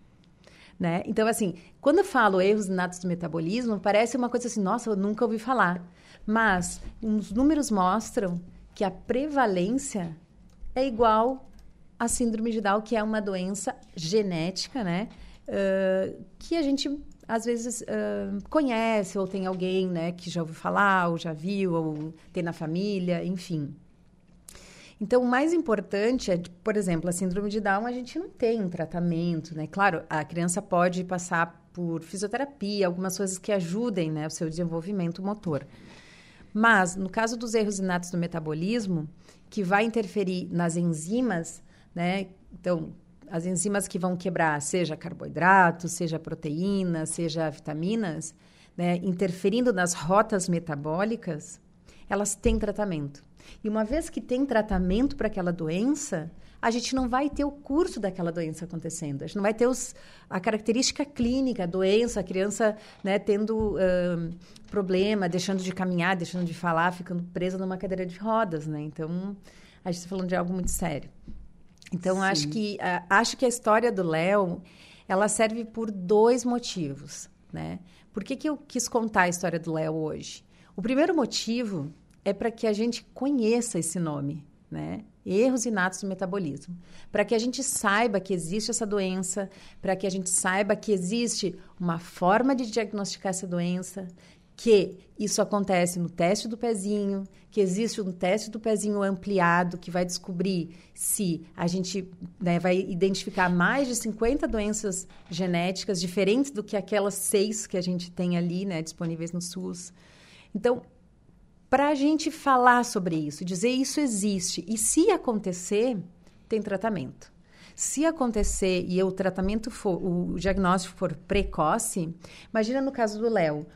Né? Então, assim, quando eu falo erros inatos do metabolismo, parece uma coisa assim, nossa, eu nunca ouvi falar. Mas os números mostram que a prevalência é igual à síndrome de Down, que é uma doença genética, né? Uh, que a gente, às vezes, uh, conhece, ou tem alguém, né, que já ouviu falar, ou já viu, ou tem na família, enfim. Então, o mais importante é, por exemplo, a síndrome de Down, a gente não tem um tratamento, né? Claro, a criança pode passar por fisioterapia, algumas coisas que ajudem, né, o seu desenvolvimento motor. Mas, no caso dos erros inatos do metabolismo, que vai interferir nas enzimas, né? Então, as enzimas que vão quebrar, seja carboidrato, seja proteína, seja vitaminas, né, interferindo nas rotas metabólicas, elas têm tratamento. E uma vez que tem tratamento para aquela doença, a gente não vai ter o curso daquela doença acontecendo. A gente não vai ter os, a característica clínica, a doença, a criança, né, tendo uh, problema, deixando de caminhar, deixando de falar, ficando presa numa cadeira de rodas, né? Então, a gente está falando de algo muito sério. Então, acho que, uh, acho que a história do Léo, ela serve por dois motivos, né? Por que que eu quis contar a história do Léo hoje? O primeiro motivo é para que a gente conheça esse nome, né? Erros inatos do metabolismo. Para que a gente saiba que existe essa doença, para que a gente saiba que existe uma forma de diagnosticar essa doença, que isso acontece no teste do pezinho, que existe um teste do pezinho ampliado que vai descobrir se a gente, né, vai identificar mais de cinquenta doenças genéticas diferentes do que aquelas seis que a gente tem ali, né, disponíveis no SUS. Então, para a gente falar sobre isso, dizer isso existe, e se acontecer, tem tratamento. Se acontecer e o tratamento for, o diagnóstico for precoce, imagina no caso do Léo,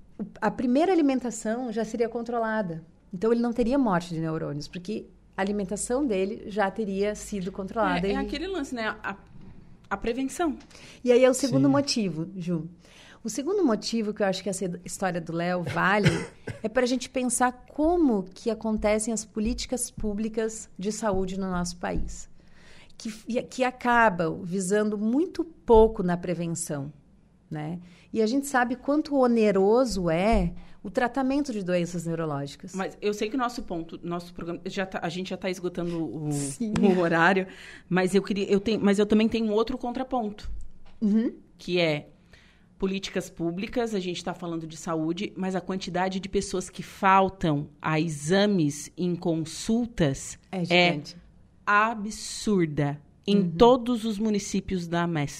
a primeira alimentação já seria controlada. Então, ele não teria morte de neurônios, porque a alimentação dele já teria sido controlada. É, é e... aquele lance, né? A, a prevenção. E aí é o segundo Sim. motivo, Ju. O segundo motivo que eu acho que essa história do Léo vale é para a gente pensar como que acontecem as políticas públicas de saúde no nosso país, que, que acabam visando muito pouco na prevenção, né? E a gente sabe quanto oneroso é o tratamento de doenças neurológicas. Mas eu sei que o nosso ponto, nosso programa, já tá, a gente já está esgotando o, o horário, mas eu queria, eu tenho, mas eu também tenho um outro contraponto, uhum. que é políticas públicas, a gente está falando de saúde, mas a quantidade de pessoas que faltam a exames em consultas é, gigante. é absurda em uhum. todos os municípios da M E S C.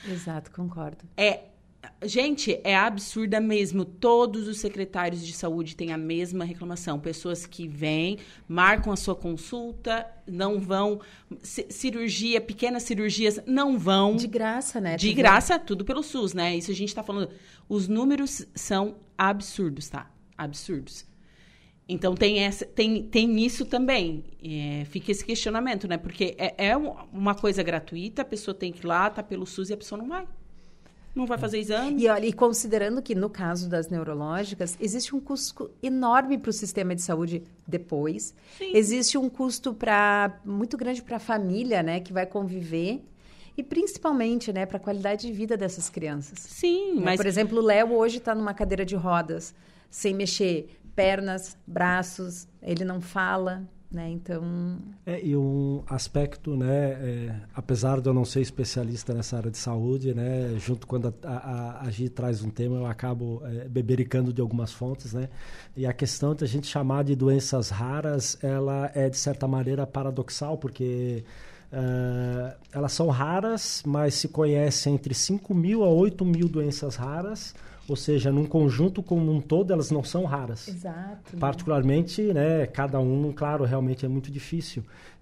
Exato, concordo. É, gente, é absurda mesmo. Todos os secretários de saúde têm a mesma reclamação. Pessoas que vêm, marcam a sua consulta, não vão. C- cirurgia, pequenas cirurgias, não vão. De graça, né? De tudo graça, tudo pelo SUS, né? Isso a gente tá falando. Os números são absurdos, tá? Absurdos. Então, tem, essa, tem, tem isso também. É, fica esse questionamento, né? Porque é, é uma coisa gratuita, a pessoa tem que ir lá, tá pelo SUS e a pessoa não vai. Não vai fazer exame. E, olha, e considerando que, no caso das neurológicas, existe um custo enorme para o sistema de saúde depois. Sim. Existe um custo pra, muito grande para a família, né? Que vai conviver. E, principalmente, né? Para a qualidade de vida dessas crianças. Sim, Né? mas... Por exemplo, o Léo hoje está numa cadeira de rodas, sem mexer pernas, braços, ele não fala, né? Então... É, e um aspecto, né, é, apesar de eu não ser especialista nessa área de saúde, né, junto quando a, a, a Gi traz um tema, eu acabo é, bebericando de algumas fontes, né? E a questão de a gente chamar de doenças raras, ela é, de certa maneira, paradoxal, porque... Uh, elas são raras, mas se conhece entre cinco mil a oito mil doenças raras, ou seja, num conjunto como um todo, elas não são raras. Exato. Particularmente, né, cada um, claro, realmente é muito difícil.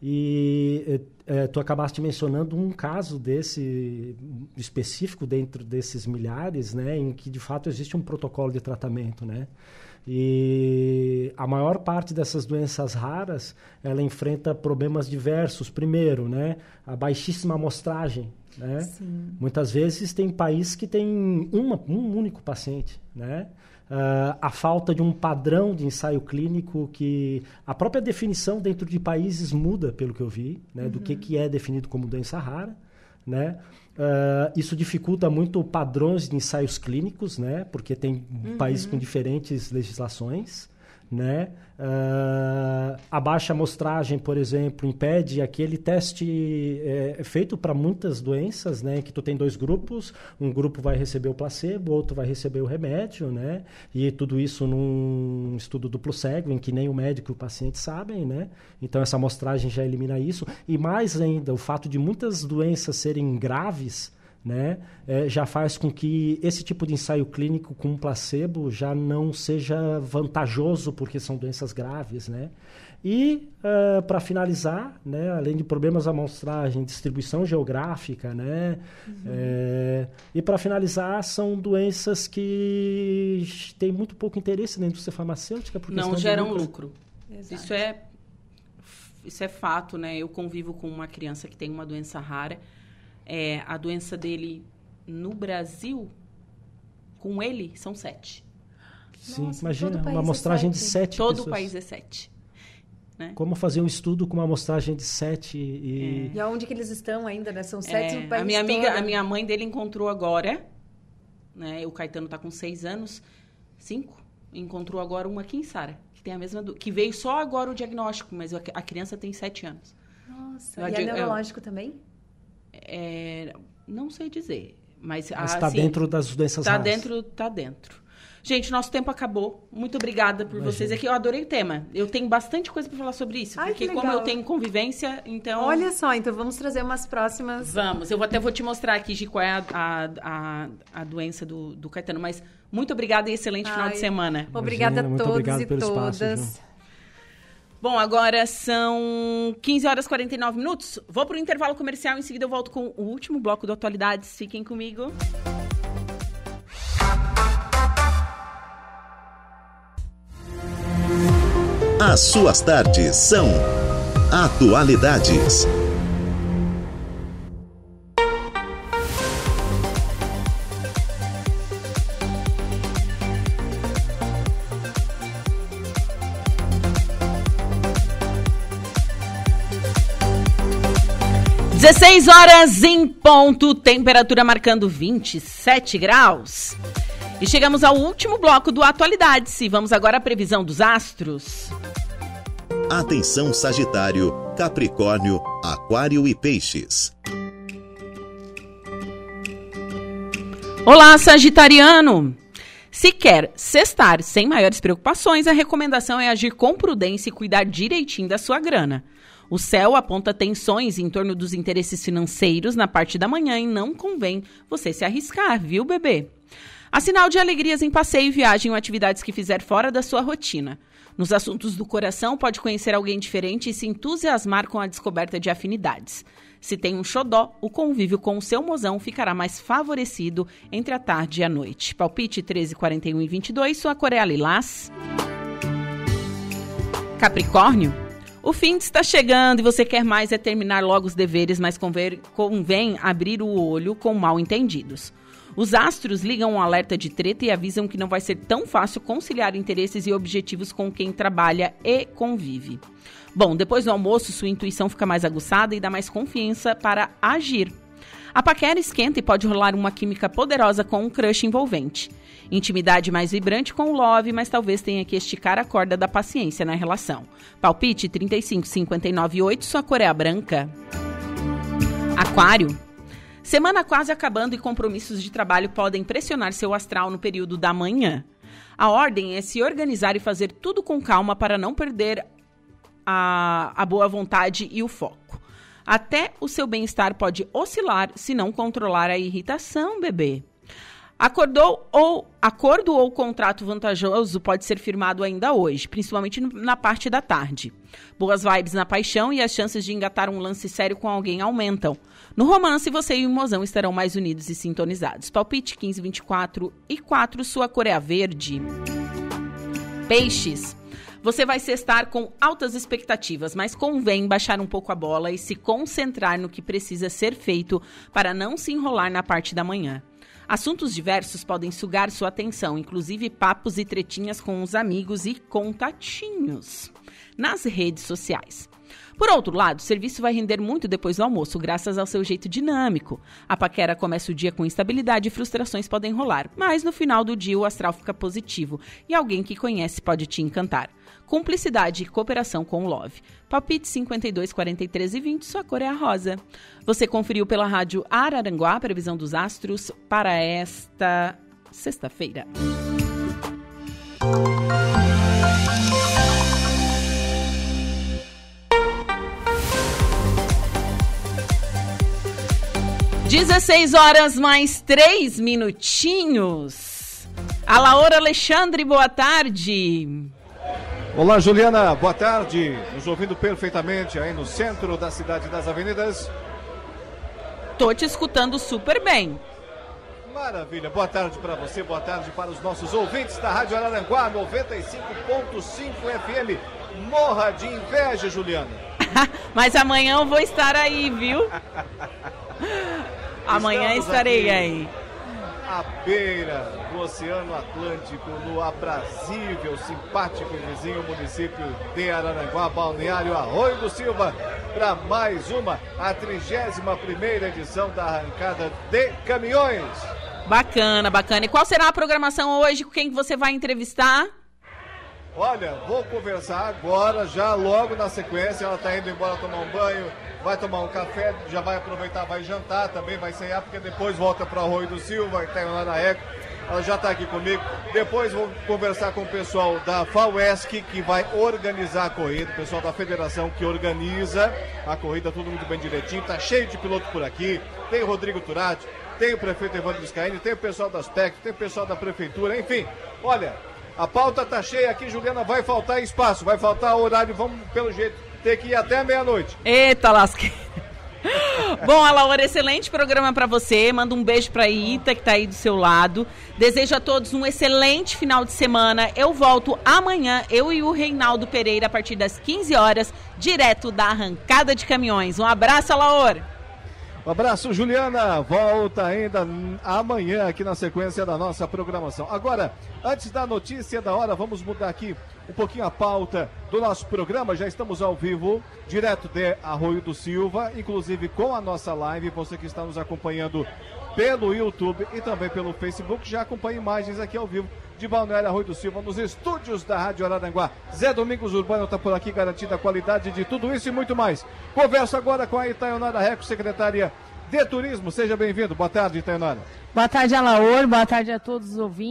E é, tu acabaste mencionando um caso desse específico dentro desses milhares, né, em que de fato existe um protocolo de tratamento, né? E a maior parte dessas doenças raras, ela enfrenta problemas diversos. Primeiro, né, a baixíssima amostragem, né? Sim. Muitas vezes tem país que tem uma, um único paciente, né? Uh, a falta de um padrão de ensaio clínico que a própria definição dentro de países muda, pelo que eu vi, né, uhum. do que, que é definido como doença rara, né? Uh, isso dificulta muito padrões de ensaios clínicos, né? Porque tem uhum. países com diferentes legislações, né? Uh, a baixa amostragem, por exemplo, impede aquele teste é, feito para muitas doenças, né? Que tu tem dois grupos, um grupo vai receber o placebo, outro vai receber o remédio, né? E tudo isso num estudo duplo cego, em que nem o médico e o paciente sabem, né? Então essa amostragem já elimina isso. E mais ainda, o fato de muitas doenças serem graves, né, é, já faz com que esse tipo de ensaio clínico com placebo já não seja vantajoso, porque são doenças graves, né? E, uh, para finalizar, né, além de problemas de amostragem, distribuição geográfica, né? Uhum. É, e, para finalizar, são doenças que têm muito pouco interesse na indústria farmacêutica. Por não geram lucro. lucro. Isso é, isso é fato, né? Eu convivo com uma criança que tem uma doença rara. É, a doença dele no Brasil, com ele, são sete. Sim, Nossa, imagina, uma amostragem é de sete Todo pessoas. o país é sete. Né? Como fazer um estudo com uma amostragem de sete e... É. E aonde que eles estão ainda, né? São sete é, no país a minha amiga, todo. a minha mãe dele encontrou agora, né? O Caetano tá com seis anos, cinco, encontrou agora uma aqui em Sara, que tem a mesma, do, que veio só agora o diagnóstico, mas a, a criança tem sete anos. Nossa, eu, e é eu, neurológico eu, também? É, não sei dizer, mas está assim, dentro das doenças tá raras. dentro, tá dentro. Gente, nosso tempo acabou. Muito obrigada por Imagina. vocês aqui. Eu adorei o tema. Eu tenho bastante coisa para falar sobre isso, Ai, porque que como legal. eu tenho convivência, então Olha só, então vamos trazer umas próximas. Vamos, eu vou, até vou te mostrar aqui, Gi, qual é a, a, a, a doença do, do Caetano. Mas muito obrigada e excelente Ai, final de semana. Obrigada Imagina, a todos obrigado e pelo todas. Espaço, Bom, agora são quinze horas e quarenta e nove minutos. Vou para o intervalo comercial, em seguida eu volto com o último bloco do Atualidades. Fiquem comigo. As suas tardes são Atualidades. dezesseis horas em ponto, temperatura marcando vinte e sete graus. E chegamos ao último bloco do Atualidades e vamos agora à previsão dos astros. Atenção Sagitário, Capricórnio, Aquário e Peixes. Olá, Sagitariano! Se quer cestar sem maiores preocupações, a recomendação é agir com prudência e cuidar direitinho da sua grana. O céu aponta tensões em torno dos interesses financeiros na parte da manhã e não convém você se arriscar, viu, bebê? Há sinal de alegrias em passeio, viagem ou atividades que fizer fora da sua rotina. Nos assuntos do coração, pode conhecer alguém diferente e se entusiasmar com a descoberta de afinidades. Se tem um xodó, o convívio com o seu mozão ficará mais favorecido entre a tarde e a noite. Palpite treze, quarenta e um e vinte e dois, sua cor é a lilás. Capricórnio, o fim está chegando e você quer mais é terminar logo os deveres, mas convém, convém abrir o olho com mal entendidos. Os astros ligam um alerta de treta e avisam que não vai ser tão fácil conciliar interesses e objetivos com quem trabalha e convive. Bom, depois do almoço, sua intuição fica mais aguçada e dá mais confiança para agir. A paquera esquenta e pode rolar uma química poderosa com um crush envolvente. Intimidade mais vibrante com o love, mas talvez tenha que esticar a corda da paciência na relação. Palpite trinta e cinco, cinquenta e nove e oito, sua cor é a branca. Aquário. Semana quase acabando e compromissos de trabalho podem pressionar seu astral no período da manhã. A ordem é se organizar e fazer tudo com calma para não perder a, a boa vontade e o foco. Até o seu bem-estar pode oscilar se não controlar a irritação, bebê. Acordou ou, acordo ou contrato vantajoso pode ser firmado ainda hoje, principalmente na parte da tarde. Boas vibes na paixão e as chances de engatar um lance sério com alguém aumentam. No romance, você e o mozão estarão mais unidos e sintonizados. Palpite quinze, vinte e quatro e quatro, sua cor é a verde. Peixes. Você vai cestar com altas expectativas, mas convém baixar um pouco a bola e se concentrar no que precisa ser feito para não se enrolar na parte da manhã. Assuntos diversos podem sugar sua atenção, inclusive papos e tretinhas com os amigos e contatinhos nas redes sociais. Por outro lado, o serviço vai render muito depois do almoço, graças ao seu jeito dinâmico. A paquera começa o dia com instabilidade e frustrações podem rolar, mas no final do dia o astral fica positivo e alguém que conhece pode te encantar. Cumplicidade e cooperação com o love. Palpite cinquenta e dois, quarenta e três e vinte, sua cor é a rosa. Você conferiu pela rádio Araranguá a previsão dos astros para esta sexta-feira. dezesseis horas mais três minutinhos. Alaor Alexandre, boa tarde. Olá, Juliana, boa tarde. Nos ouvindo perfeitamente aí no centro da cidade das avenidas. Tô te escutando super bem. Maravilha, boa tarde para você, boa tarde para os nossos ouvintes da Rádio Araranguá, noventa e cinco ponto cinco F M. Morra de inveja, Juliana. Mas amanhã eu vou estar aí, viu? Amanhã Estamos estarei aqui aí. à beira do Oceano Atlântico, no aprazível, simpático e vizinho município de Araranguá, Balneário Arroio do Silva, para mais uma, a trigésima primeira edição da Arrancada de Caminhões. Bacana, bacana. E qual será a programação hoje? Com quem você vai entrevistar? Olha, vou conversar agora, já logo na sequência. Ela está indo embora tomar um banho, vai tomar um café, já vai aproveitar, vai jantar também, vai ceiar, porque depois volta para Arroio do Silva, que está lá na Eco. Ela já está aqui comigo. Depois vou conversar com o pessoal da FAUESC, que vai organizar a corrida, o pessoal da federação que organiza a corrida, tudo muito bem direitinho. Está cheio de piloto por aqui. Tem o Rodrigo Turati, tem o prefeito Evandro Scaini, tem o pessoal da Aspecto, tem o pessoal da prefeitura, enfim. Olha, a pauta tá cheia aqui, Juliana, vai faltar espaço, vai faltar horário, vamos pelo jeito ter que ir até meia-noite. Eita lasqueira. Bom, Alaura, excelente programa para você, manda um beijo pra Ita, que tá aí do seu lado. Desejo a todos um excelente final de semana. Eu volto amanhã, eu e o Reinaldo Pereira, a partir das quinze horas, direto da Arrancada de Caminhões. Um abraço, Alaura. Um abraço, Juliana. Volta ainda amanhã aqui na sequência da nossa programação. Agora, antes da notícia da hora, vamos mudar aqui um pouquinho a pauta do nosso programa. Já estamos ao vivo, direto de Arroio do Silva, inclusive com a nossa live. Você que está nos acompanhando pelo YouTube e também pelo Facebook, já acompanha imagens aqui ao vivo de Balneário Arroio do Silva, nos estúdios da Rádio Araranguá. Zé Domingos Urbano está por aqui, garantindo a qualidade de tudo isso e muito mais. Converso agora com a Itaionara Reco, secretária de Turismo. Seja bem-vindo. Boa tarde, Itaionara. Boa tarde, Alaor. Boa tarde a todos os ouvintes.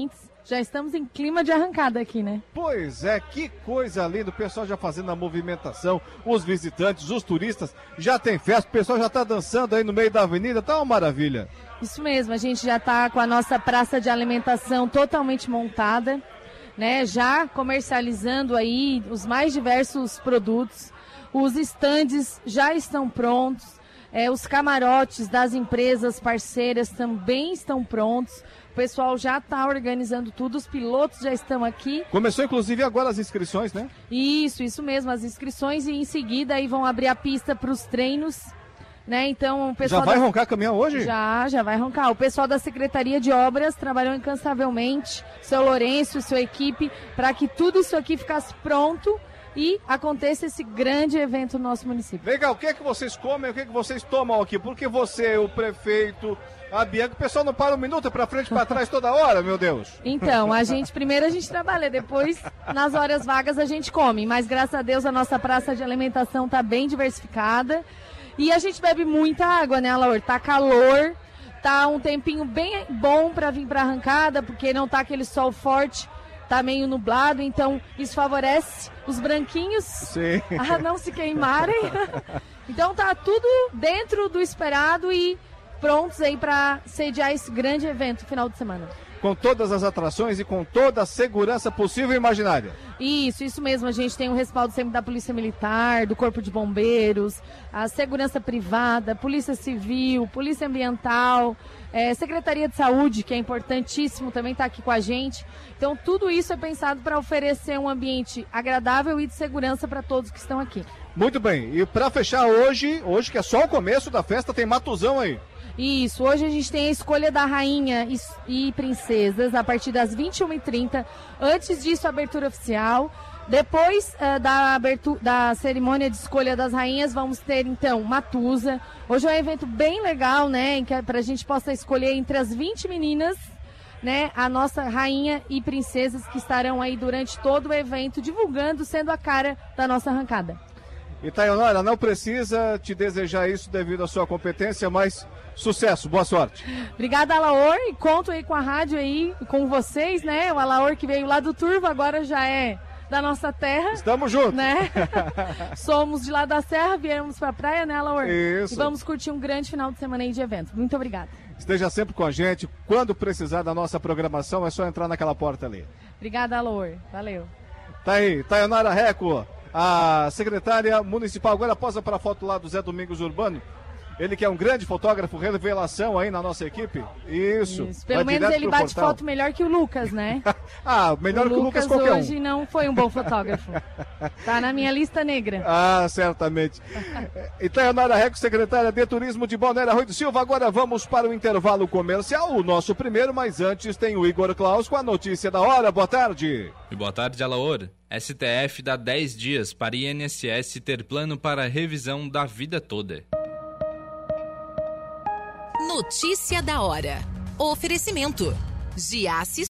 Já estamos em clima de arrancada aqui, né? Pois é, que coisa linda, o pessoal já fazendo a movimentação, os visitantes, os turistas, já tem festa, o pessoal já tá dançando aí no meio da avenida, tá uma maravilha. Isso mesmo, a gente já tá com a nossa praça de alimentação totalmente montada, né? Já comercializando aí os mais diversos produtos, os estandes já estão prontos, é, os camarotes das empresas parceiras também estão prontos. O pessoal já está organizando tudo, os pilotos já estão aqui. Começou inclusive agora as inscrições, né? Isso, isso mesmo, as inscrições, e em seguida aí vão abrir a pista para os treinos, né? Então o pessoal já vai da... roncar caminhão hoje? Já, já vai roncar. O pessoal da Secretaria de Obras trabalhou incansavelmente, seu Lourenço, sua equipe, para que tudo isso aqui ficasse pronto e aconteça esse grande evento no nosso município. Legal, o que é que vocês comem, o que é que vocês tomam aqui? Porque você, o prefeito, a Bianca, o pessoal não para um minuto, é pra frente e pra trás toda hora, meu Deus. Então, a gente, primeiro a gente trabalha, depois nas horas vagas a gente come, mas graças a Deus a nossa praça de alimentação tá bem diversificada e a gente bebe muita água, né, Laura? Tá calor, tá um tempinho bem bom pra vir pra arrancada, porque não tá aquele sol forte, tá meio nublado, então isso favorece os branquinhos Sim. a não se queimarem. Então tá tudo dentro do esperado e prontos aí para sediar esse grande evento no final de semana. Com todas as atrações e com toda a segurança possível e imaginária. Isso, isso mesmo. A gente tem o respaldo sempre da Polícia Militar, do Corpo de Bombeiros, a segurança privada, Polícia Civil, Polícia Ambiental, é, Secretaria de Saúde, que é importantíssimo, também está aqui com a gente. Então, tudo isso é pensado para oferecer um ambiente agradável e de segurança para todos que estão aqui. Muito bem. E para fechar hoje, hoje que é só o começo da festa, tem Matuzão aí. Isso, hoje a gente tem a escolha da rainha e, e princesas a partir das vinte e uma e trinta. Antes disso, a abertura oficial. Depois uh, da, abertura, da cerimônia de escolha das rainhas, vamos ter então Matusa. Hoje é um evento bem legal, né? Em que para a gente possa escolher entre as vinte meninas, né? A nossa rainha e princesas que estarão aí durante todo o evento, divulgando, sendo a cara da nossa arrancada. E Taionara, não precisa te desejar isso devido à sua competência, mas sucesso, boa sorte. Obrigada, Alaor, e conto aí com a rádio aí, com vocês, né? O Alaor que veio lá do Turvo, agora já é da nossa terra. Estamos juntos. Né? Somos de lá da Serra, viemos pra praia, né, Alaor? Isso. E vamos curtir um grande final de semana aí de evento. Muito obrigada. Esteja sempre com a gente. Quando precisar da nossa programação, é só entrar naquela porta ali. Obrigada, Alaor. Valeu. Tá aí, Taionara Reco, a secretária municipal. Agora posa para a foto lá do Zé Domingos Urbano. Ele que é um grande fotógrafo, revelação aí na nossa equipe. Isso. Isso. Pelo menos ele bate portal. Foto melhor que o Lucas, né? ah, melhor o que o Lucas qualquer um. hoje não foi um bom fotógrafo. Tá na minha lista negra. Ah, certamente. E Taionara Reco, secretária de Turismo de Balneário Rui do Silva. Agora vamos para o intervalo comercial, o nosso primeiro, mas antes tem o Igor Claus com a notícia da hora. Boa tarde. E boa tarde, Alaor. S T F dá dez dias para I N S S ter plano para revisão da vida toda. Notícia da hora. Oferecimento. Giasse